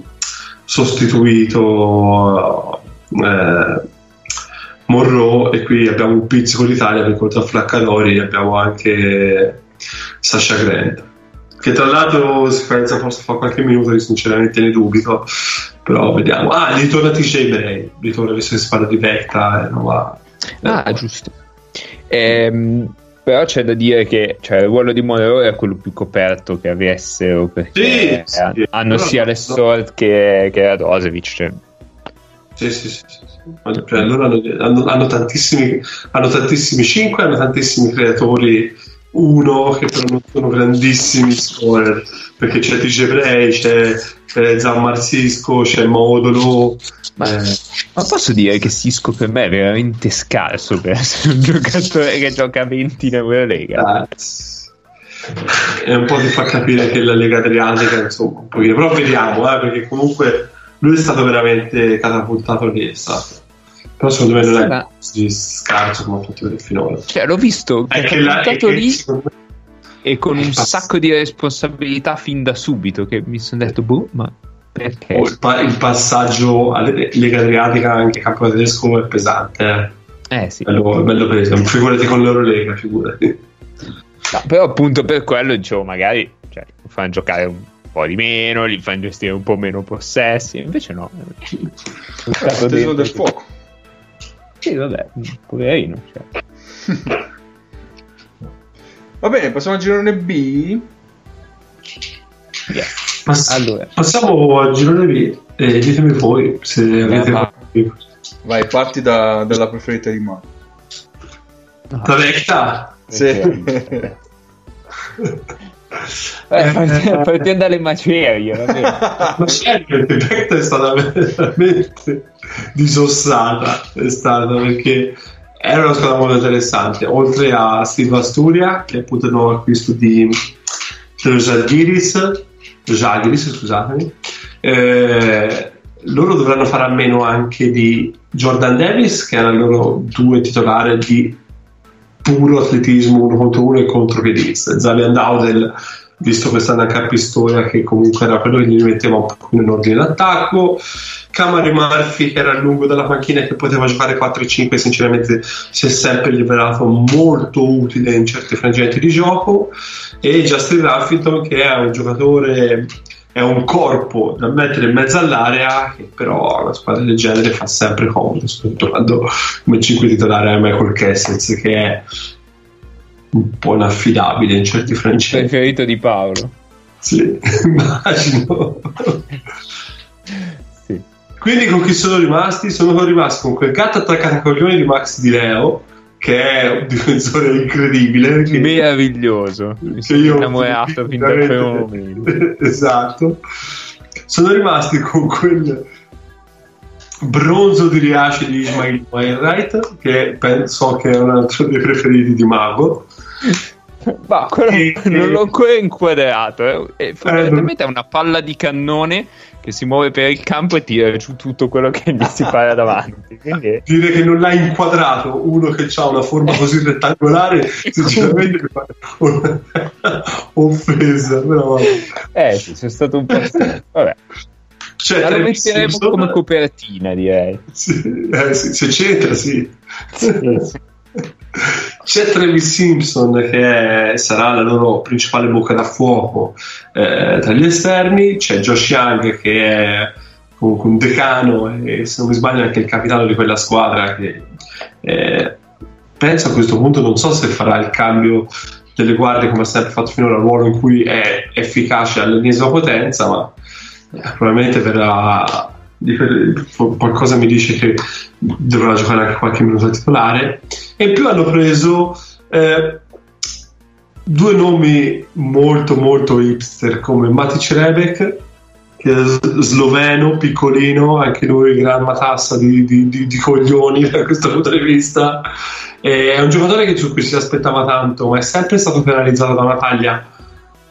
sostituito eh, Monroe, e qui abbiamo un pizzico d'Italia perché oltre a Flaccadori abbiamo anche Sasha Grant, che tra l'altro si pensa forse fa qualche minuto, io sinceramente ne dubito, però vediamo. Ah, ritorna T J Bray, ritorna, visto che si parla di Vecta, eh, no, ma... ah giusto. Ehm, però c'è da dire che, cioè, il ruolo di Monroe è quello più coperto che avessero, perché sì, sì, hanno però sia no, Lessort no. che, che Radosevic, cioè. Sì, sì, sì, sì. Cioè, allora hanno, hanno, hanno tantissimi hanno tantissimi cinque, hanno tantissimi creatori uno che però non sono grandissimi scorer, perché c'è T J Bray, c'è, c'è Zan Marcisco, c'è Modolo. Ma, eh. ma posso dire che Sisco per me è veramente scarso per essere un giocatore che gioca a venti in Eurolega. È un po' di far capire che la Lega Adriatica, insomma, un pochino, però vediamo, eh, perché comunque lui è stato veramente catapultato lì, è stato. Però secondo me non è ma... così scarso come tutti quelli finora. Cioè, l'ho visto catapultato lì e con un pass- sacco di responsabilità fin da subito, che mi sono detto, boh, ma perché? Oh, il, pa- il passaggio alla Lega Adriatica anche campo tedesco è pesante, eh, eh sì. bello, bello peso, figurati con l'Eurolega, figurati. No, però appunto per quello dicevo, magari, cioè, li fanno giocare un po' di meno, li fanno gestire un po' meno possessi, invece no. È tesoro del fuoco. Sì, vabbè, poverino, cioè. Va bene, passiamo al girone B. Yeah. Pass- allora. Passiamo al girone B e ditemi voi se avete va. Vai, parti da, dalla preferita di Marco. Da Vecta. Sì. Eh, partiamo dalle macerie, va bene. Ma certo, Vecta è stata veramente disossata, è stata, perché era una squadra molto interessante, oltre a Steve Asturia, che è appunto il nuovo acquisto di Žalgiris, Žalgiris, scusatemi, eh, loro dovranno fare a meno anche di Jordan Davis, che era il loro due titolare di puro atletismo uno contro uno e contropiedista. Xavier Daudel, visto quest'anno anche a Pistoia, che comunque era quello che gli metteva un po' in ordine d'attacco. Camari Murphy, che era il lungo della panchina e che poteva giocare quattro e cinque, sinceramente si è sempre rivelato molto utile in certi frangenti di gioco. E Justin Ruffington, che è un giocatore, è un corpo da mettere in mezzo all'area, che però una squadra del genere fa sempre comodo, soprattutto quando come cinque titolare è Michael Kessels, che è un po' inaffidabile in certi frangenti. Preferito di Paolo. Sì, immagino. Sì. Quindi con chi sono rimasti? Sono rimasti con quel gatto attaccato a coglioni di Max Di Leo, che è un difensore incredibile, che, meraviglioso, mi sono innamorato fin da quel momento. Esatto. Sono rimasti con quel bronzo di Riace di Ismail Wainwright, che penso che è un altro dei preferiti di Mago. Ma quello e, non l'ho ancora inquadrato, eh. eh, fondamentalmente è una palla di cannone che si muove per il campo e tira giù tutto quello che gli si para davanti. Quindi... dire che non l'hai inquadrato uno che ha una forma così rettangolare sinceramente mi fa offesa, però eh sì, sono stato un po' vabbè, cioè, lo metteremo Simpson, come copertina, direi. Sì, eh, sì, se c'entra sì, sì, sì. C'è Travis Simpson, che è, sarà la loro principale bocca da fuoco eh, tra gli esterni. C'è Josh Young, che è comunque un decano e, se non mi sbaglio, anche il capitano di quella squadra, che eh, penso a questo punto, non so se farà il cambio delle guardie come ha sempre fatto finora, un ruolo in cui è efficace all'ennesima potenza, ma eh, probabilmente verrà qualcosa mi dice che dovrà giocare anche qualche minuto titolare. E in più hanno preso eh, due nomi molto molto hipster, come Matic Rebek, che è sloveno, piccolino, anche lui gran matassa di, di, di, di coglioni da questo punto di vista. E è un giocatore che su cui si aspettava tanto, ma è sempre stato penalizzato da una taglia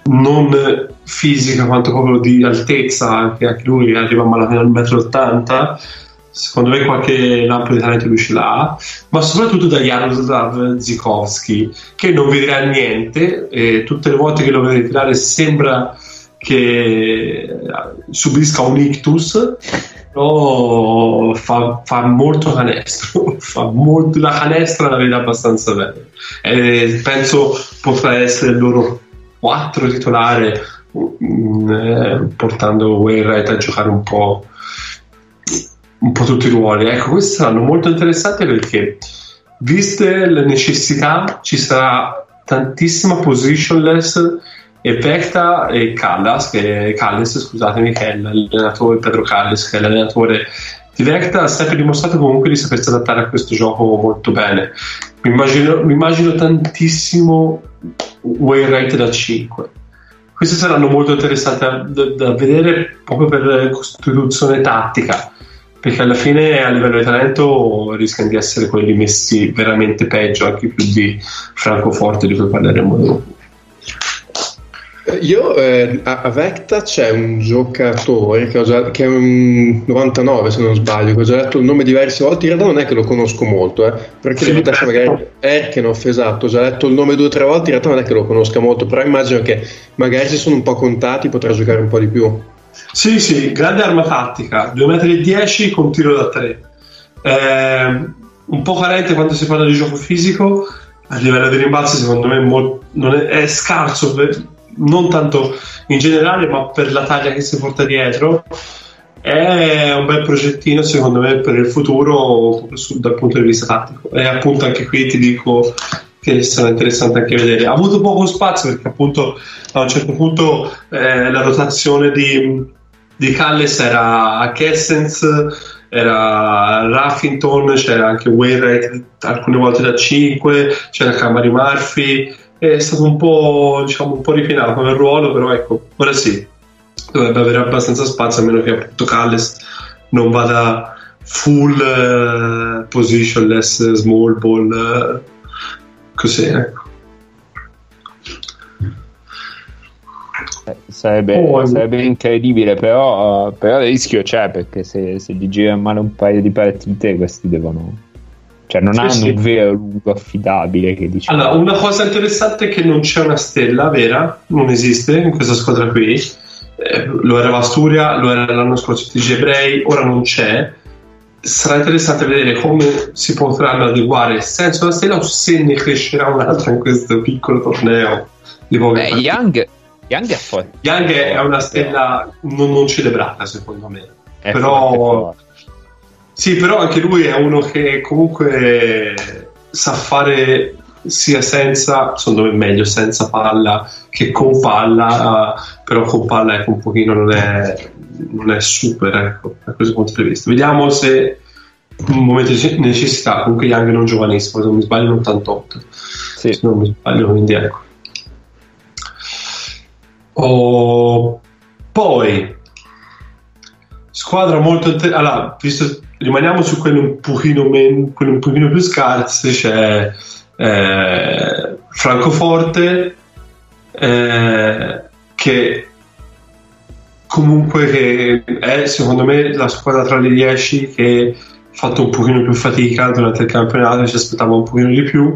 non fisica quanto proprio di altezza, anche, anche lui arriva malamente al uno virgola ottanta metri. Secondo me qualche lampo di talento lui ce l'ha, ma soprattutto da Jaroslav Zikowski, che non vedrà niente, e tutte le volte che lo vede tirare sembra che subisca un ictus, però fa, fa molto canestro, fa molto, la canestra la vede abbastanza bene, e penso potrà essere il loro quattro titolare, eh, portando Wainwright a giocare un po' un po' tutti i ruoli. Ecco, questi saranno molto interessanti perché, viste le necessità, ci sarà tantissima positionless, e Vecta e Callas, che Callas, scusatemi, che è l'allenatore, Pedro Callas, che è l'allenatore di Vecta, ha sempre dimostrato comunque di sapersi adattare a questo gioco molto bene. Mi immagino, mi immagino tantissimo Wainwright da cinque. Questi saranno molto interessanti da, da, da vedere proprio per costituzione tattica, perché alla fine a livello di talento rischiano di essere quelli messi veramente peggio, anche più di Francoforte, di cui parleremo dopo. Io eh, a, a Vecta c'è un giocatore che, ho già, che è un novantanove se non sbaglio, che ho già letto il nome diverse volte, in realtà non è che lo conosco molto, eh, perché sì, adesso magari Erkenhoff, esatto, ho già letto il nome due o tre volte, in realtà non è che lo conosca molto, però immagino che magari se sono un po' contati potrà giocare un po' di più. Sì, sì, grande arma tattica, due virgola dieci metri con tiro da tre, eh, un po' carente quando si parla di gioco fisico, a livello di rimbalzi secondo me molto, non è, è scarso, per, non tanto in generale, ma per la taglia che si porta dietro è un bel progettino secondo me per il futuro dal punto di vista tattico, e appunto anche qui ti dico che sarà interessante anche vedere. Ha avuto poco spazio perché appunto a un certo punto eh, la rotazione di, di Calles era a Kessens, era Ruffington, c'era anche Wainwright alcune volte da cinque, c'era Camari Murphy, è stato un po', diciamo, un po' rifinato nel ruolo, però ecco, ora sì, dovrebbe avere abbastanza spazio, a meno che appunto Calles non vada full uh, positionless, small ball, uh, così, ecco. Eh, sarebbe, oh, sarebbe incredibile, però, uh, però il rischio c'è, perché se, se gli gira male un paio di partite, questi devono... Cioè non sì, hanno sì. un vero lungo affidabile che dice. Allora, una cosa interessante è che non c'è una stella vera, non esiste in questa squadra qui, eh, lo era Vasturia, lo era l'anno scorso T J Ebrei, ora non c'è. Sarà interessante vedere come si potranno adeguare senza una stella o se ne crescerà un'altra in questo piccolo torneo di Beh, Young, Young è forte. Young è una stella non, non celebrata secondo me, è però forte, forte. Sì, però anche lui è uno che comunque sa fare sia senza, secondo me meglio senza palla che con palla, però con palla ecco un pochino non è, non è super, ecco, da questo punto di vista. Vediamo se in un momento di necessità, comunque Young non giovanissimo, se non mi sbaglio in ottantotto, sì. Se non mi sbaglio, quindi ecco. Oh, poi squadra molto inter- allora, visto rimaniamo su quelli un pochino meno, quelli un pochino più scarsi, c'è eh, Francoforte eh, che comunque che è secondo me la squadra tra le dieci che ha fatto un pochino più fatica durante il campionato, ci aspettava un pochino di più,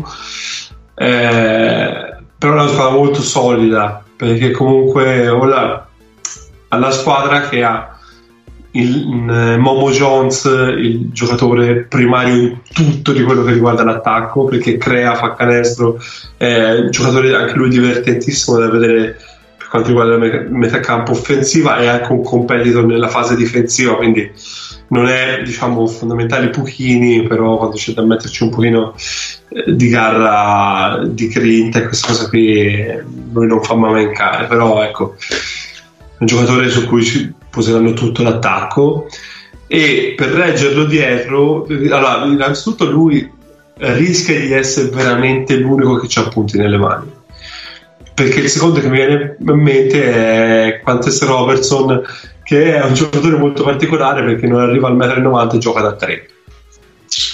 eh, però è una squadra molto solida, perché comunque ora alla squadra che ha il, il Momo Jones, il giocatore primario in tutto di quello che riguarda l'attacco, perché crea, fa canestro, è un giocatore anche lui divertentissimo da vedere per quanto riguarda la metacampo offensiva, e anche un competitor nella fase difensiva, quindi non è diciamo fondamentale pochini, però quando c'è da metterci un pochino di garra, di grinta e questa cosa qui lui non fa mai mancare, però ecco è un giocatore su cui ci poseranno tutto l'attacco, e per reggerlo dietro, allora innanzitutto lui rischia di essere veramente l'unico che ha punti nelle mani, perché il secondo che mi viene in mente è Quantes Robertson, che è un giocatore molto particolare perché non arriva al uno virgola novanta metri e gioca da tre,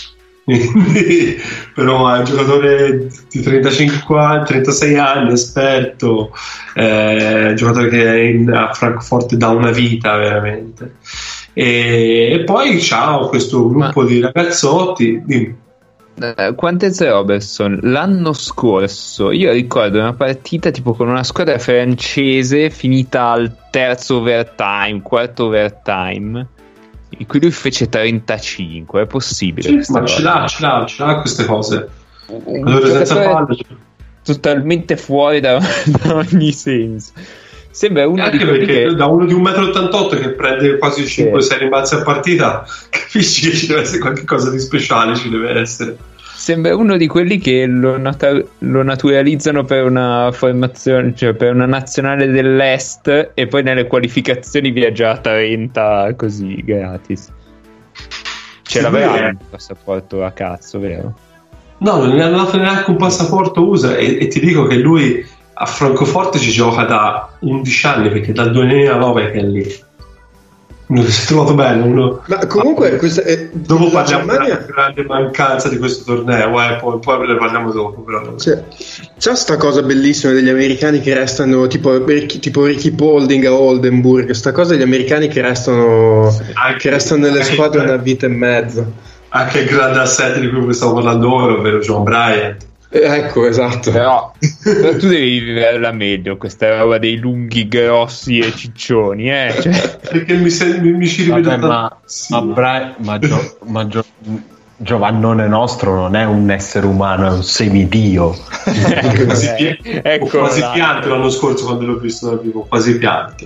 Quindi, però è un giocatore di trentacinque trentasei anni, esperto, eh, un giocatore che è in, a Francoforte da una vita veramente. E, e poi c'ha questo gruppo Ma... di ragazzotti di... Uh, Quantez Robertson l'anno scorso io ricordo una partita tipo con una squadra francese finita al terzo overtime, quarto overtime, in cui lui fece trentacinque. È possibile? Sì, ma ce l'ha, ce l'ha, ce l'ha queste cose. Un allora, senza fallo, totalmente fuori da, da ogni senso. Sembra uno anche di perché che... da uno di un metro e ottantotto che prende quasi cinque sei rimbalzi a partita, capisci che ci deve essere qualcosa di speciale, ci deve essere. Sembra uno di quelli che lo, nat- lo naturalizzano per una formazione, cioè per una nazionale dell'est, e poi nelle qualificazioni viaggia a trenta così gratis. Ce sì, l'aveva un passaporto a cazzo, vero? No, non ne hanno dato neanche un passaporto U S A, e, e ti dico che lui a Francoforte ci gioca da undici anni, perché dal duemilanove che è lì. Uno che si è trovato bene, uno... Ma comunque questa è... dopo parliamo Germania... della grande mancanza di questo torneo, eh, poi, poi ne parliamo dopo, però. C'è, c'è sta cosa bellissima degli americani che restano tipo, tipo Ricky Paulding a Oldenburg, sta cosa degli americani che restano anche, che restano nelle squadre una vita e mezzo. Anche il grande assetto di cui stavo parlando ora, ovvero John Bryant. Ecco, esatto. Però, però tu devi viverla meglio, questa roba dei lunghi, grossi e ciccioni, eh? Cioè... perché mi, se, mi, mi ci rivedo. Vabbè, ma, ma, Bra- ma, Gio- ma Gio- Giovannone nostro non è un essere umano, è un semidio. Ecco, quasi, eh, pi- ecco quasi pianto l'anno scorso quando l'ho visto dal vivo, quasi pianto.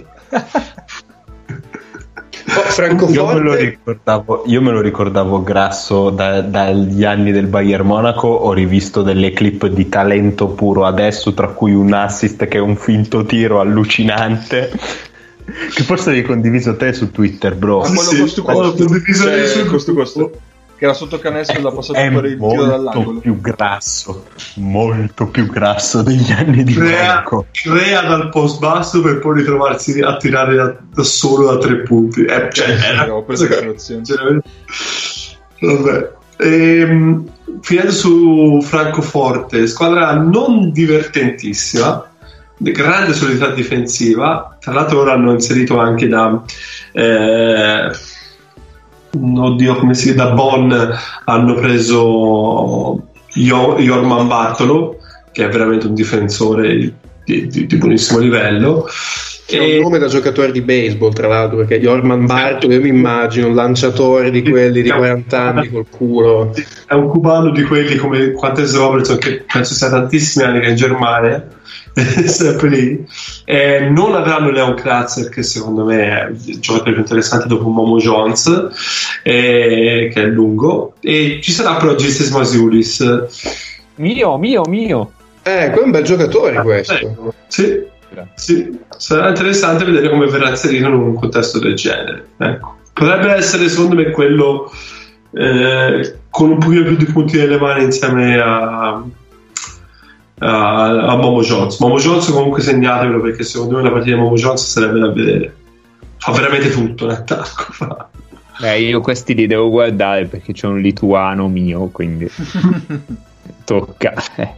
Oh, io, me lo ricordavo, io me lo ricordavo grasso da, dagli anni del Bayern Monaco. Ho rivisto delle clip di talento puro adesso, tra cui un assist che è un finto tiro allucinante che forse avevi condiviso te su Twitter, bro. Ma quello sì, costo costo, condiviso cioè, su costo costo che era sotto canestro e l'ha passato è per il tiro dall'angolo. Molto più grasso, molto più grasso degli anni di crea, Monaco. Crea dal post basso per poi ritrovarsi a tirare da, da solo da tre punti. Eh, cioè, eh, era, ho preso cioè, vabbè. Ehm, finendo su Francoforte, squadra non divertentissima, grande solidità difensiva. Tra l'altro ora hanno inserito anche da eh, oddio come si da Bonn hanno preso Jorman Bartolo, che è veramente un difensore di, di, di buonissimo livello. C'è e... un nome da giocatore di baseball, tra l'altro, perché Jorman Bartolo, io mi immagino un lanciatore di quelli di quaranta anni col culo. È un cubano di quelli come Quantez Robertson, che penso sia tantissimi anni che è in Germania, sempre lì. Eh, non avranno Leon Kratzer, che secondo me è il giocatore più interessante dopo Momo Jones, eh, che è lungo, e ci sarà però Gissis Masiulis. Mio, mio, mio. Eh, quello è un bel giocatore questo. Eh, sì. Sì, sarà interessante vedere come verrà inserito in un contesto del genere. Ecco. Potrebbe essere secondo me quello eh, con un pochino più di punti nelle mani insieme a, a, a Momo Jones. Momo Jones comunque segnatevelo, perché secondo me la partita di Momo Jones sarebbe da vedere. Fa veramente tutto in attacco. Fa. Beh, io questi li devo guardare perché c'è un lituano mio, quindi tocca.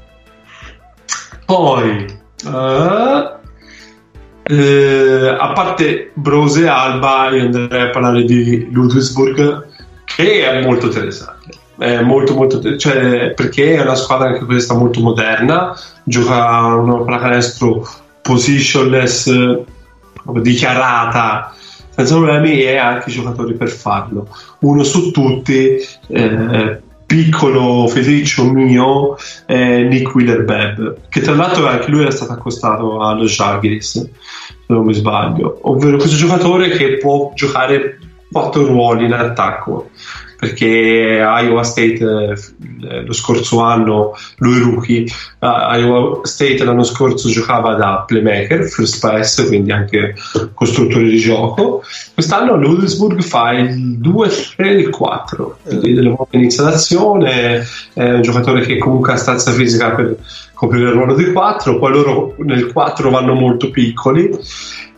Poi uh, eh, a parte Brose e Alba, io andrei a parlare di Ludwigsburg, che è molto interessante, è molto molto cioè, perché è una squadra anche questa molto moderna, gioca una pallacanestro positionless dichiarata senza problemi, e ha anche i giocatori per farlo. Uno su tutti, eh, piccolo feticcio mio, è Nick Wheeler-Babb, che tra l'altro anche lui era stato accostato allo Žalgiris, se non mi sbaglio, ovvero questo giocatore che può giocare quattro ruoli in attacco, perché Iowa State eh, lo scorso anno, lui rookie, uh, Iowa State l'anno scorso giocava da playmaker, first pass, quindi anche costruttore di gioco. Quest'anno Ludwigsburg fa il due tre il quattro, quindi delle buone inizia d'azione, è un giocatore che comunque ha stanza fisica per coprire il ruolo di quattro, poi loro nel quattro vanno molto piccoli,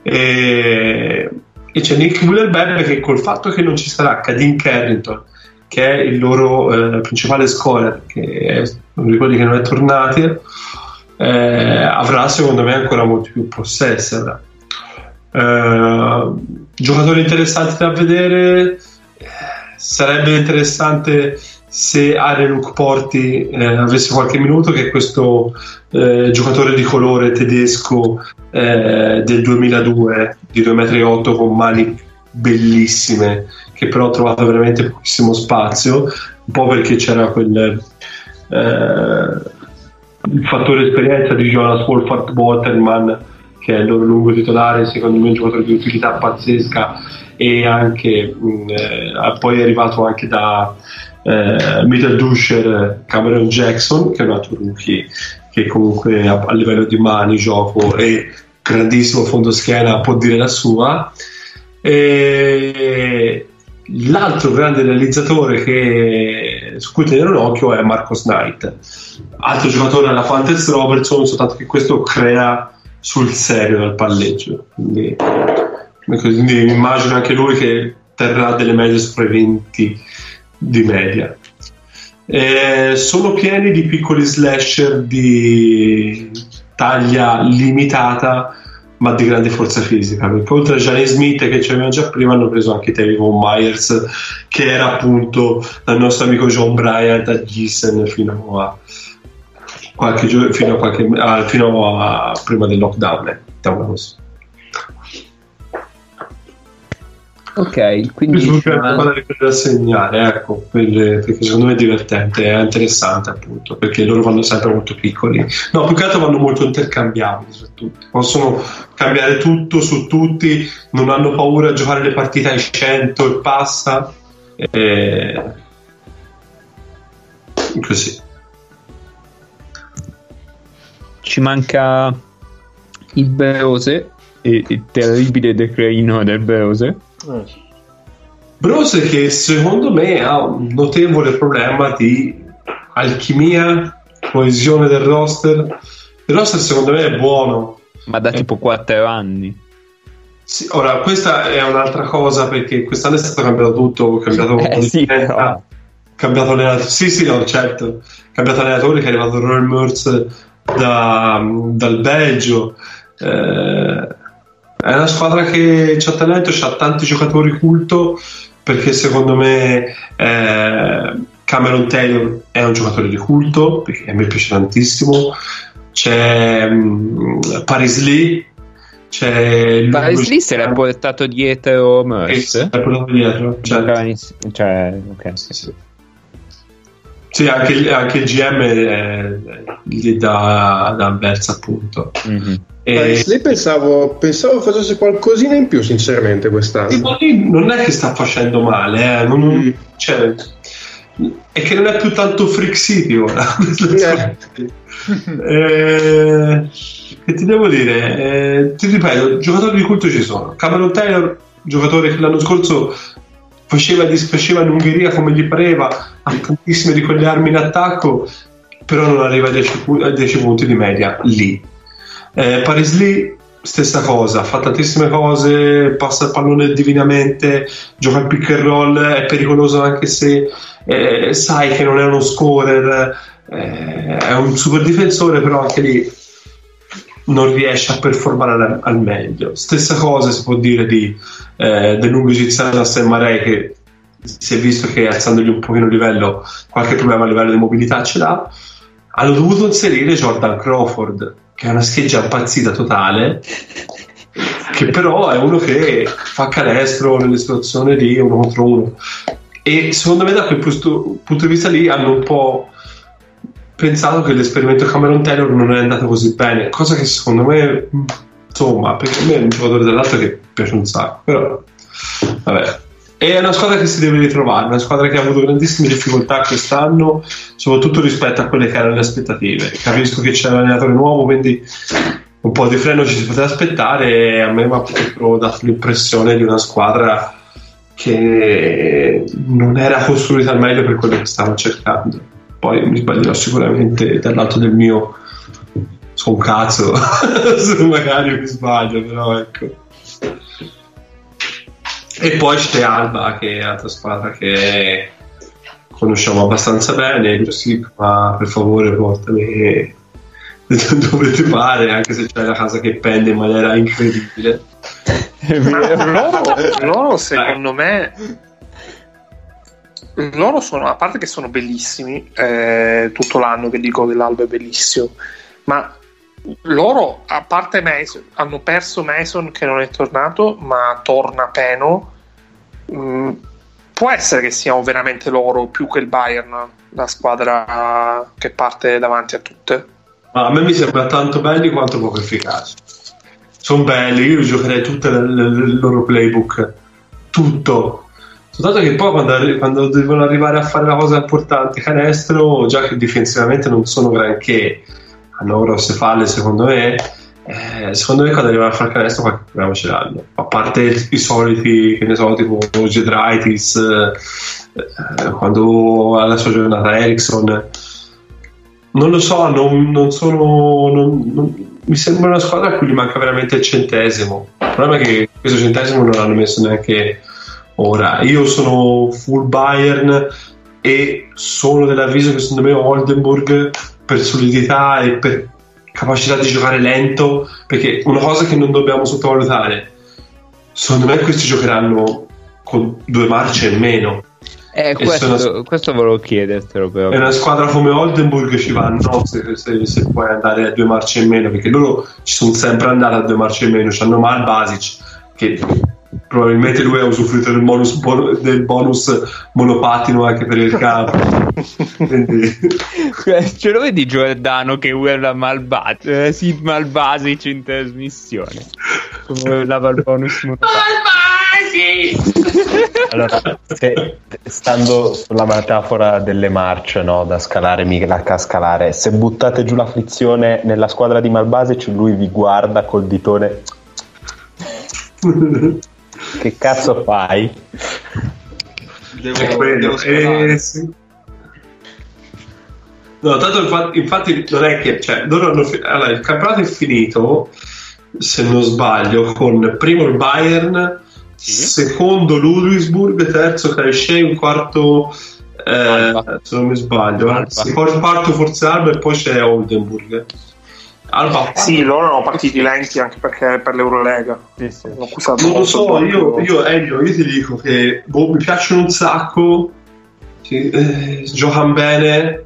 e, e c'è Nick Wheeler-Babb che, col fatto che non ci sarà Kadeem Carrington che è il loro eh, principale scorer, che è uno di quelli che non è tornato, eh, avrà secondo me ancora molti più possessi. Eh, giocatori interessanti da vedere, sarebbe interessante se Arenuk Porti eh, avesse qualche minuto, che è questo eh, giocatore di colore tedesco eh, del duemiladue di due metri e otto con mani bellissime, che però ha trovato veramente pochissimo spazio, un po' perché c'era quel eh, il fattore esperienza di Jonas Wolfhard Botterman, che è il loro lungo titolare, secondo me un giocatore di utilità pazzesca, e anche mh, eh, poi è arrivato anche da eh, Mittelduscher Cameron Jackson, che è un altro rookie che comunque a, a livello di mani, gioco e grandissimo fondoschiena può dire la sua. E l'altro grande realizzatore che, su cui tenere un occhio è Marcos Knight, altro giocatore alla Fantasy Robertson, soltanto che questo crea sul serio dal palleggio, quindi, quindi immagino anche lui che terrà delle medie sopra i venti di media. Eh, sono pieni di piccoli slasher di taglia limitata ma di grande forza fisica, perché oltre a Jalen Smith che c'avevano già prima, hanno preso anche Tavon Myers, che era appunto dal nostro amico John Bryant a Giessen fino a qualche giorno, fino a qualche ah, fino a prima del lockdown, eh, diciamo così. Ok, quindi è una cosa da segnare, ecco, perché secondo me è divertente, è interessante appunto, perché loro vanno sempre molto piccoli, no, più che altro vanno molto intercambiabili su tutti, possono cambiare tutto su tutti, non hanno paura a giocare le partite ai cento e passa, e così. Ci manca il Brose, il terribile declino del Brose. Brose, che secondo me ha un notevole problema di alchimia, coesione del roster. Il roster secondo me è buono, ma da è... tipo quattro anni. Sì, ora questa è un'altra cosa, perché quest'anno è stato cambiato tutto, cambiato eh, sì, no. cambiato allenatore, sì sì no certo, cambiato allenatore, che è arrivato Roy Mertz da, dal Belgio. eh, È una squadra che c'ha talento, c'ha tanti giocatori culto, perché secondo me eh, Cameron Taylor è un giocatore di culto, perché a me piace tantissimo. C'è um, Paris Lee, c'è Paris Lee se l'ha portato dietro Merce. Se l'ha portato dietro, certo. Cioè, ok, sì, sì. Sì, anche, anche il G M è lì da, da Anversa appunto. Mm-hmm. E... lì pensavo, pensavo facesse qualcosina in più sinceramente quest'anno. Non è che sta facendo male, eh. non, mm. cioè, è che non è più tanto Freak City ora. eh. eh, che ti devo dire, eh, ti ripeto, giocatori di culto ci sono. Cameron Taylor, giocatore che l'anno scorso faceva e disfaceva in Ungheria come gli pareva, ha tantissime di quelle armi in attacco, però non arriva ai dieci punti di media lì. Eh, Paris Lee stessa cosa, fa tantissime cose, passa il pallone divinamente, gioca il pick and roll, è pericoloso anche se eh, sai che non è uno scorer, eh, è un super difensore, però anche lì non riesce a performare al, al meglio. Stessa cosa si può dire di eh, del lungo egiziano Nasser Marei, che si è visto che alzandogli un pochino il livello, qualche problema a livello di mobilità ce l'ha. Hanno dovuto inserire Jordan Crawford, che è una scheggia impazzita totale, che però è uno che fa canestro nelle situazioni di uno contro uno, e secondo me da quel punto, punto di vista lì hanno un po' pensato che l'esperimento Cameron Taylor non è andato così bene, cosa che secondo me, insomma, perché a me è un giocatore dell'altro che piace un sacco, però vabbè. È una squadra che si deve ritrovare, una squadra che ha avuto grandissime difficoltà quest'anno, soprattutto rispetto a quelle che erano le aspettative. Capisco che c'è un allenatore nuovo, quindi un po' di freno ci si poteva aspettare, e a me mi ha proprio dato l'impressione di una squadra che non era costruita al meglio per quello che stavano cercando. Poi mi sbaglierò sicuramente dall'alto del mio sono un cazzo, magari mi sbaglio, però ecco. E poi c'è Alba, che è un'altra squadra che conosciamo abbastanza bene, sì, ma per favore portami dove ti pare, anche se c'è la casa che pende in maniera incredibile. loro, loro secondo me loro sono, a parte che sono bellissimi, eh, tutto l'anno che dico che l'albo è bellissimo, ma loro, a parte Mason, hanno perso Mason che non è tornato, ma torna Peno. Mm, può essere che siano veramente loro più che il Bayern la squadra che parte davanti a tutte? Ma a me mi sembra tanto belli quanto poco efficaci. Sono belli, io giocherei tutto il loro playbook, tutto. Soltanto che poi quando, arri- quando devono arrivare a fare la cosa importante, canestro, già che difensivamente non sono granché, hanno grosse falle secondo me, eh, secondo me quando arrivano a fare canestro qualche problema ce l'hanno, a parte i, i soliti, che ne so, tipo Giedraitis, eh, quando ha la sua giornata Eriksson, non lo so, non, non sono non, non, mi sembra una squadra a cui gli manca veramente il centesimo. Il problema è che questo centesimo non l'hanno messo neanche ora. Io sono full Bayern e sono dell'avviso che secondo me Oldenburg, per solidità e per capacità di giocare lento, perché una cosa che non dobbiamo sottovalutare, secondo me questi giocheranno con due marce in meno. Eh, questo, sono, questo volevo chiedertelo però. È una squadra come Oldenburg ci va no, se, se, se puoi andare a due marce in meno, perché loro ci sono sempre andati a due marce in meno. C'hanno Mal Basic, che probabilmente lui ha usufruito del bonus, del bonus monopattino anche per il campo. Quindi... ce lo vedi Giordano che urla Malbasic, eh, sì, Malbasic in trasmissione, come urlava il bonus monopattino. Allora, se, stando sulla metafora delle marce, no, da scalare, mica a scalare, se buttate giù la frizione nella squadra di Malbasic, lui vi guarda col ditone. Che cazzo fai? Devo, quello, devo eh, sì. No, tanto infatti, infatti non è che, cioè, loro hanno, allora, il campionato è finito, se non sbaglio, con primo il Bayern, sì, secondo Ludwigsburg, terzo Kaishen, quarto eh, se non mi sbaglio, eh, quarto forse Alba e poi c'è Oldenburg. Alba, sì, loro erano partiti lenti anche perché per l'Eurolega. Sì, sì. Non lo so, io, io, Elio, io ti dico che boh, mi piacciono un sacco, sì, eh, giocano bene,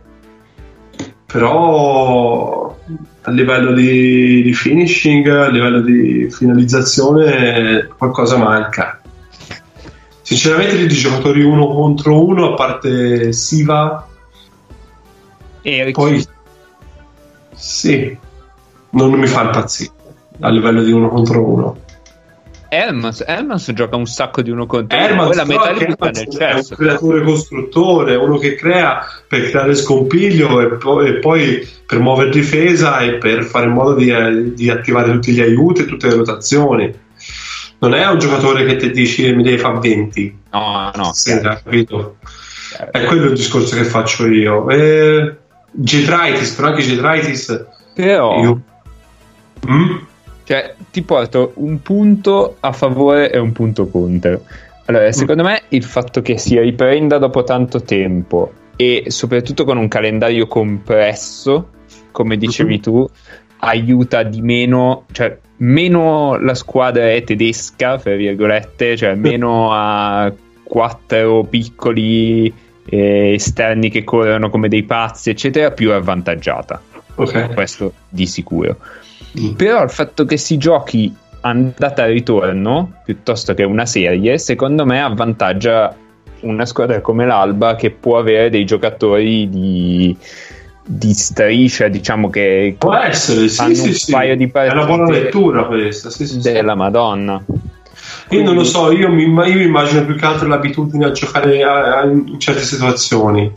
però a livello di, di finishing, a livello di finalizzazione qualcosa manca. Sinceramente di giocatori uno contro uno, a parte Siva, e poi sì, non mi fa impazzire a livello di uno contro uno. Hermans, Hermans gioca un sacco di uno contro uno, uno, la metà nel è un creatore costruttore, uno che crea per creare scompiglio e poi, e poi per muovere difesa e per fare in modo di, di attivare tutti gli aiuti e tutte le rotazioni. Non è un giocatore che ti dici mi devi fare venti. No, no, sì, capito? È quello il discorso che faccio io. E... Giedraitis, però anche Giedraitis però io... mm? Cioè, ti porto un punto a favore e un punto contro. Allora, secondo mm. me il fatto che si riprenda dopo tanto tempo e soprattutto con un calendario compresso, come dicevi mm. tu, aiuta di meno, cioè meno la squadra è tedesca, fra virgolette, cioè meno a quattro piccoli eh, esterni che corrono come dei pazzi, eccetera, più è avvantaggiata. Okay. Questo di sicuro. Mm. Però il fatto che si giochi andata e ritorno piuttosto che una serie, secondo me avvantaggia una squadra come l'Alba, che può avere dei giocatori di, di striscia, diciamo, che può essere, sì, hanno sì, un sì. paio di partite è una buona lettura questa, sì, sì, della sì. Madonna. Io Quindi... non lo so, io mi, io mi immagino più che altro l'abitudine a giocare a, a, in certe situazioni.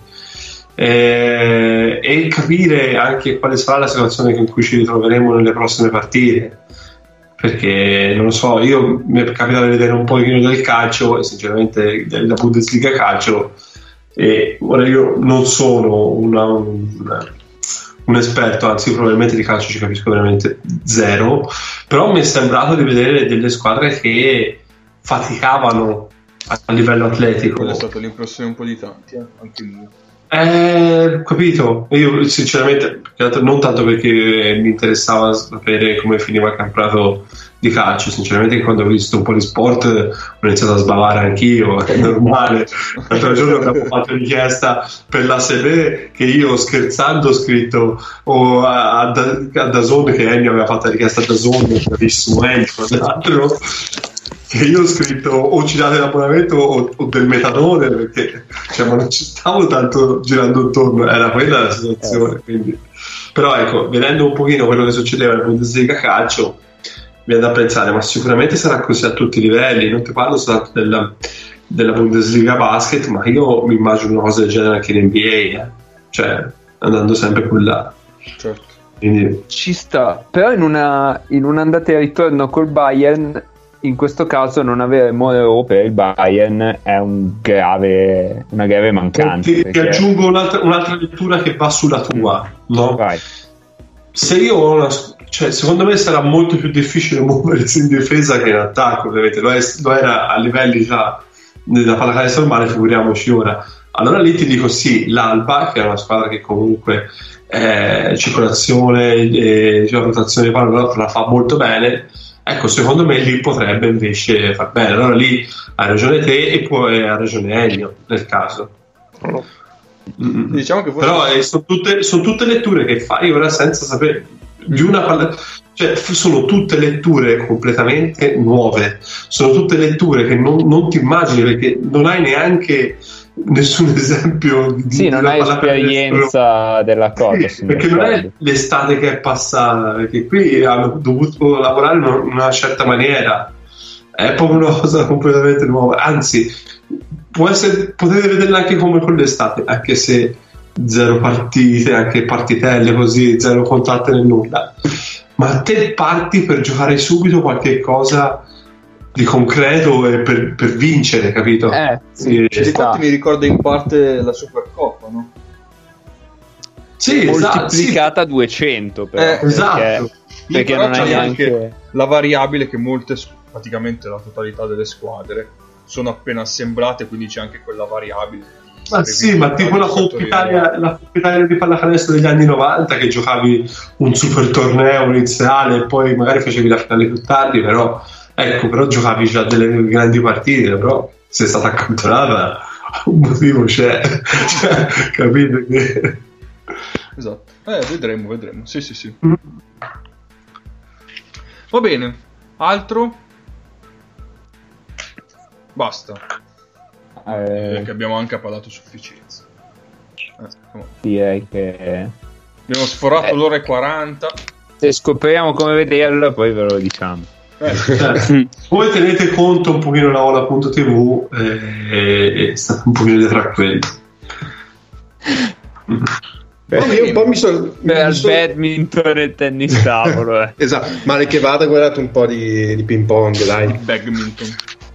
Eh, e capire anche quale sarà la situazione in cui ci ritroveremo nelle prossime partite, perché non lo so, io mi è capitato di vedere un pochino del calcio e sinceramente della Bundesliga calcio, e ora io non sono una, una, un esperto, anzi probabilmente di calcio ci capisco veramente zero, però mi è sembrato di vedere delle squadre che faticavano a livello atletico. Quella è stata l'impressione un po' di tanti, eh? Anche mio. Eh, capito, io sinceramente non tanto perché mi interessava sapere come finiva il campionato di calcio, sinceramente quando ho visto un po' di sport ho iniziato a sbavare anch'io, è normale. L'altro giorno abbiamo fatto richiesta per la S B che io scherzando ho scritto o a, a, a Dazon, che Ennio aveva fatto la richiesta a Dazon, bravissimo Ennio, l'altro che io ho scritto o ci date l'abbonamento o, o del metanone, perché cioè, ma non ci stavo tanto girando intorno, era quella la situazione, eh. Quindi. Però ecco, vedendo un pochino quello che succedeva nel Bundesliga calcio viene da pensare, ma sicuramente sarà così a tutti i livelli, non ti parlo soltanto della, della Bundesliga basket, ma io mi immagino una cosa del genere anche in N B A, eh. Cioè andando sempre con là. Certo. Quindi. Ci sta, però in una in un'andata e ritorno col Bayern, in questo caso non avere Moreo per il Bayern è un grave, una grave mancanza. Ti, perché... ti aggiungo un'altra, un'altra lettura che va sulla tua, no? Vai. Se io ho una, cioè, secondo me sarà molto più difficile muoversi in difesa che in attacco, ovviamente lo, è, lo era a livelli già della pallacanestro normale, figuriamoci ora. Allora lì ti dico sì, l'Alba, che è una squadra che comunque eh, circolazione e eh, rotazione di palla la fa molto bene. Ecco, secondo me lì potrebbe invece far bene. Allora lì hai ragione te e poi hai ragione Ennio nel caso. Mm. Diciamo che però eh, sono, tutte, sono tutte letture che fai ora senza sapere di una palla... cioè sono tutte letture completamente nuove, sono tutte letture che non, non ti immagini, perché non hai neanche nessun esempio di, sì, non hai esperienza della cosa, sì, perché non è l'estate che è passata, perché qui hanno dovuto lavorare in una certa maniera, è proprio una cosa completamente nuova, anzi può essere, potete vederla anche come con l'estate, anche se zero partite, anche partitelle così, zero contatto né nulla, ma te parti per giocare subito qualche cosa di concreto e per, per vincere, capito? Eh, sì, e infatti mi ricorda in parte la Supercoppa, no? Sì, moltiplicata esatto, sì. duecento però, eh, esatto. Perché, perché non hai neanche anche la variabile che molte, praticamente la totalità delle squadre sono appena assemblate, quindi c'è anche quella variabile. Ma sì, ma tipo la Coppa Italia, la Coppa Italia di pallacanestro degli anni novanta, che giocavi un super torneo iniziale e poi magari facevi la finale più tardi, però ecco, però giocavi già delle grandi partite, però se è stata accantonata un motivo c'è, cioè, capite che... Esatto, eh, vedremo, vedremo, sì sì sì. Mm. Va bene, altro? Basta. Eh... Che abbiamo anche parlato a sufficienza. Eh, direi che abbiamo sforato eh. l'ora e quaranta. Se scopriamo come vederlo poi ve lo diciamo. Eh, voi tenete conto un pochino la Ola punto tivù e, e state un pochino dietro a quello. Beh, io un po' mi sono per son... badminton e tennis tavolo eh. Esatto, male che vada, guardate un po' di, di ping pong, dai. Badminton.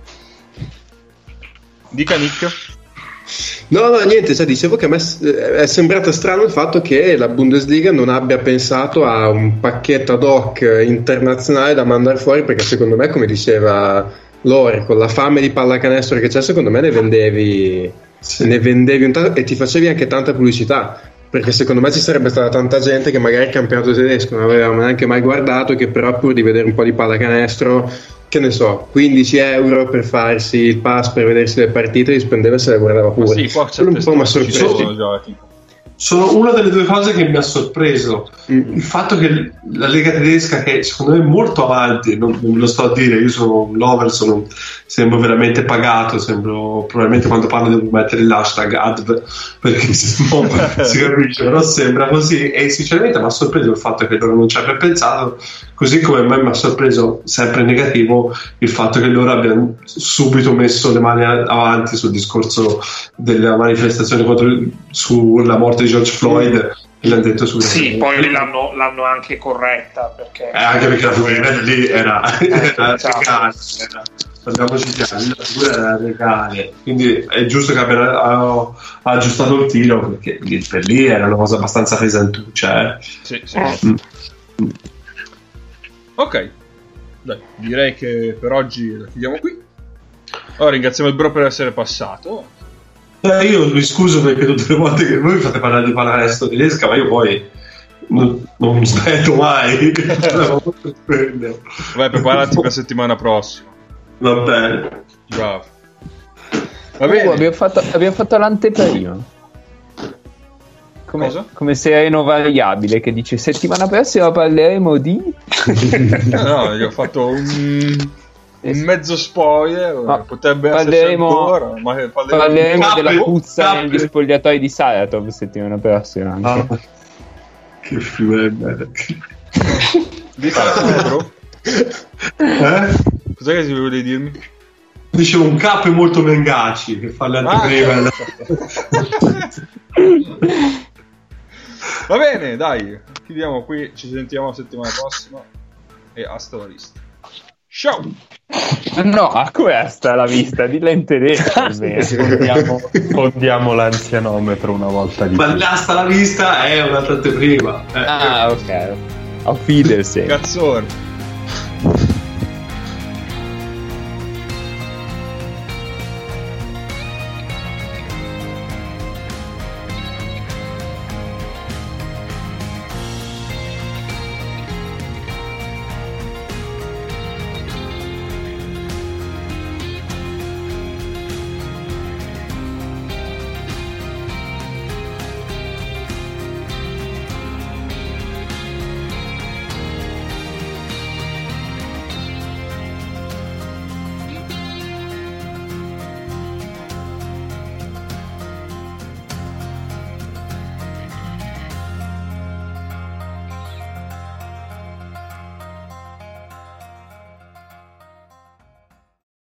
Dica Nick. No, no, niente, cioè, dicevo che a me è sembrato strano il fatto che la Bundesliga non abbia pensato a un pacchetto ad hoc internazionale da mandare fuori, perché secondo me, come diceva Lore, con la fame di pallacanestro che c'è, secondo me ne vendevi, sì. ne vendevi un tanto e ti facevi anche tanta pubblicità, perché secondo me ci sarebbe stata tanta gente che magari il campionato tedesco non aveva neanche mai guardato, che però pur di vedere un po' di pallacanestro, che ne so, quindici euro per farsi il pass per vedersi le partite, li spendeva e se le guardava pure. Ma sì, qua c'è un po' mi ha sorpreso. Sono una delle due cose che mi ha sorpreso, mm. il fatto che la Lega tedesca, che secondo me è molto avanti, non, non lo sto a dire, io sono un lover, sono, sembro veramente pagato, sembro, probabilmente quando parlo devo mettere l'hashtag adv perché se no si capisce, però sembra così, e sinceramente mi ha sorpreso il fatto che loro non ci abbiano pensato, così come a me mi ha sorpreso, sempre negativo, il fatto che loro abbiano subito messo le mani avanti sul discorso della manifestazione contro, sulla morte di George Floyd, e l'hanno detto subito. Sì, poi l'hanno, l'hanno anche corretta, perché eh, anche perché la figura lì era, eh, era esatto. legale, era, parliamoci chiaro, la figura era legale, quindi è giusto che abbiano aggiustato il tiro, perché lì per lì era una cosa abbastanza pesantuccia, eh. Sì, sì. Mm. Mm. Ok, dai, direi che per oggi la chiudiamo qui. Oh, ringraziamo il bro per essere passato. Eh, io mi scuso perché tutte le volte che voi fate parlare di pallacanestro tedesca, ma io poi non, non smetto mai. Vai, preparati per la settimana prossima. Va bene. Bravo. Va bene. Oh, abbiamo fatto, abbiamo fatto l'anteprima. Come, Cosa? come sereno variabile che dice settimana prossima parleremo di... No, no, gli ho fatto un, un mezzo spoiler, no, potrebbe parleremo, essere ancora, ma parleremo, parleremo di... della Cappe, puzza cappe. negli spogliatoi di Saratov settimana prossima anche. Ah, che figo. Di Saratov? Eh? Cos'è che si vuole dirmi? Dicevo un capo molto mengaci che fa le anteprime. Ah, va bene, dai, chiudiamo qui, ci sentiamo la settimana prossima e hasta la vista. Ciao! No, a questa la vista, di in tedesco almeno. Scondiamo, scondiamo l'anzianometro una volta di Ma più. l'asta la vista è un'altra anteprima. Eh, Ah, ok. Auf Wiedersehen. Cazzone!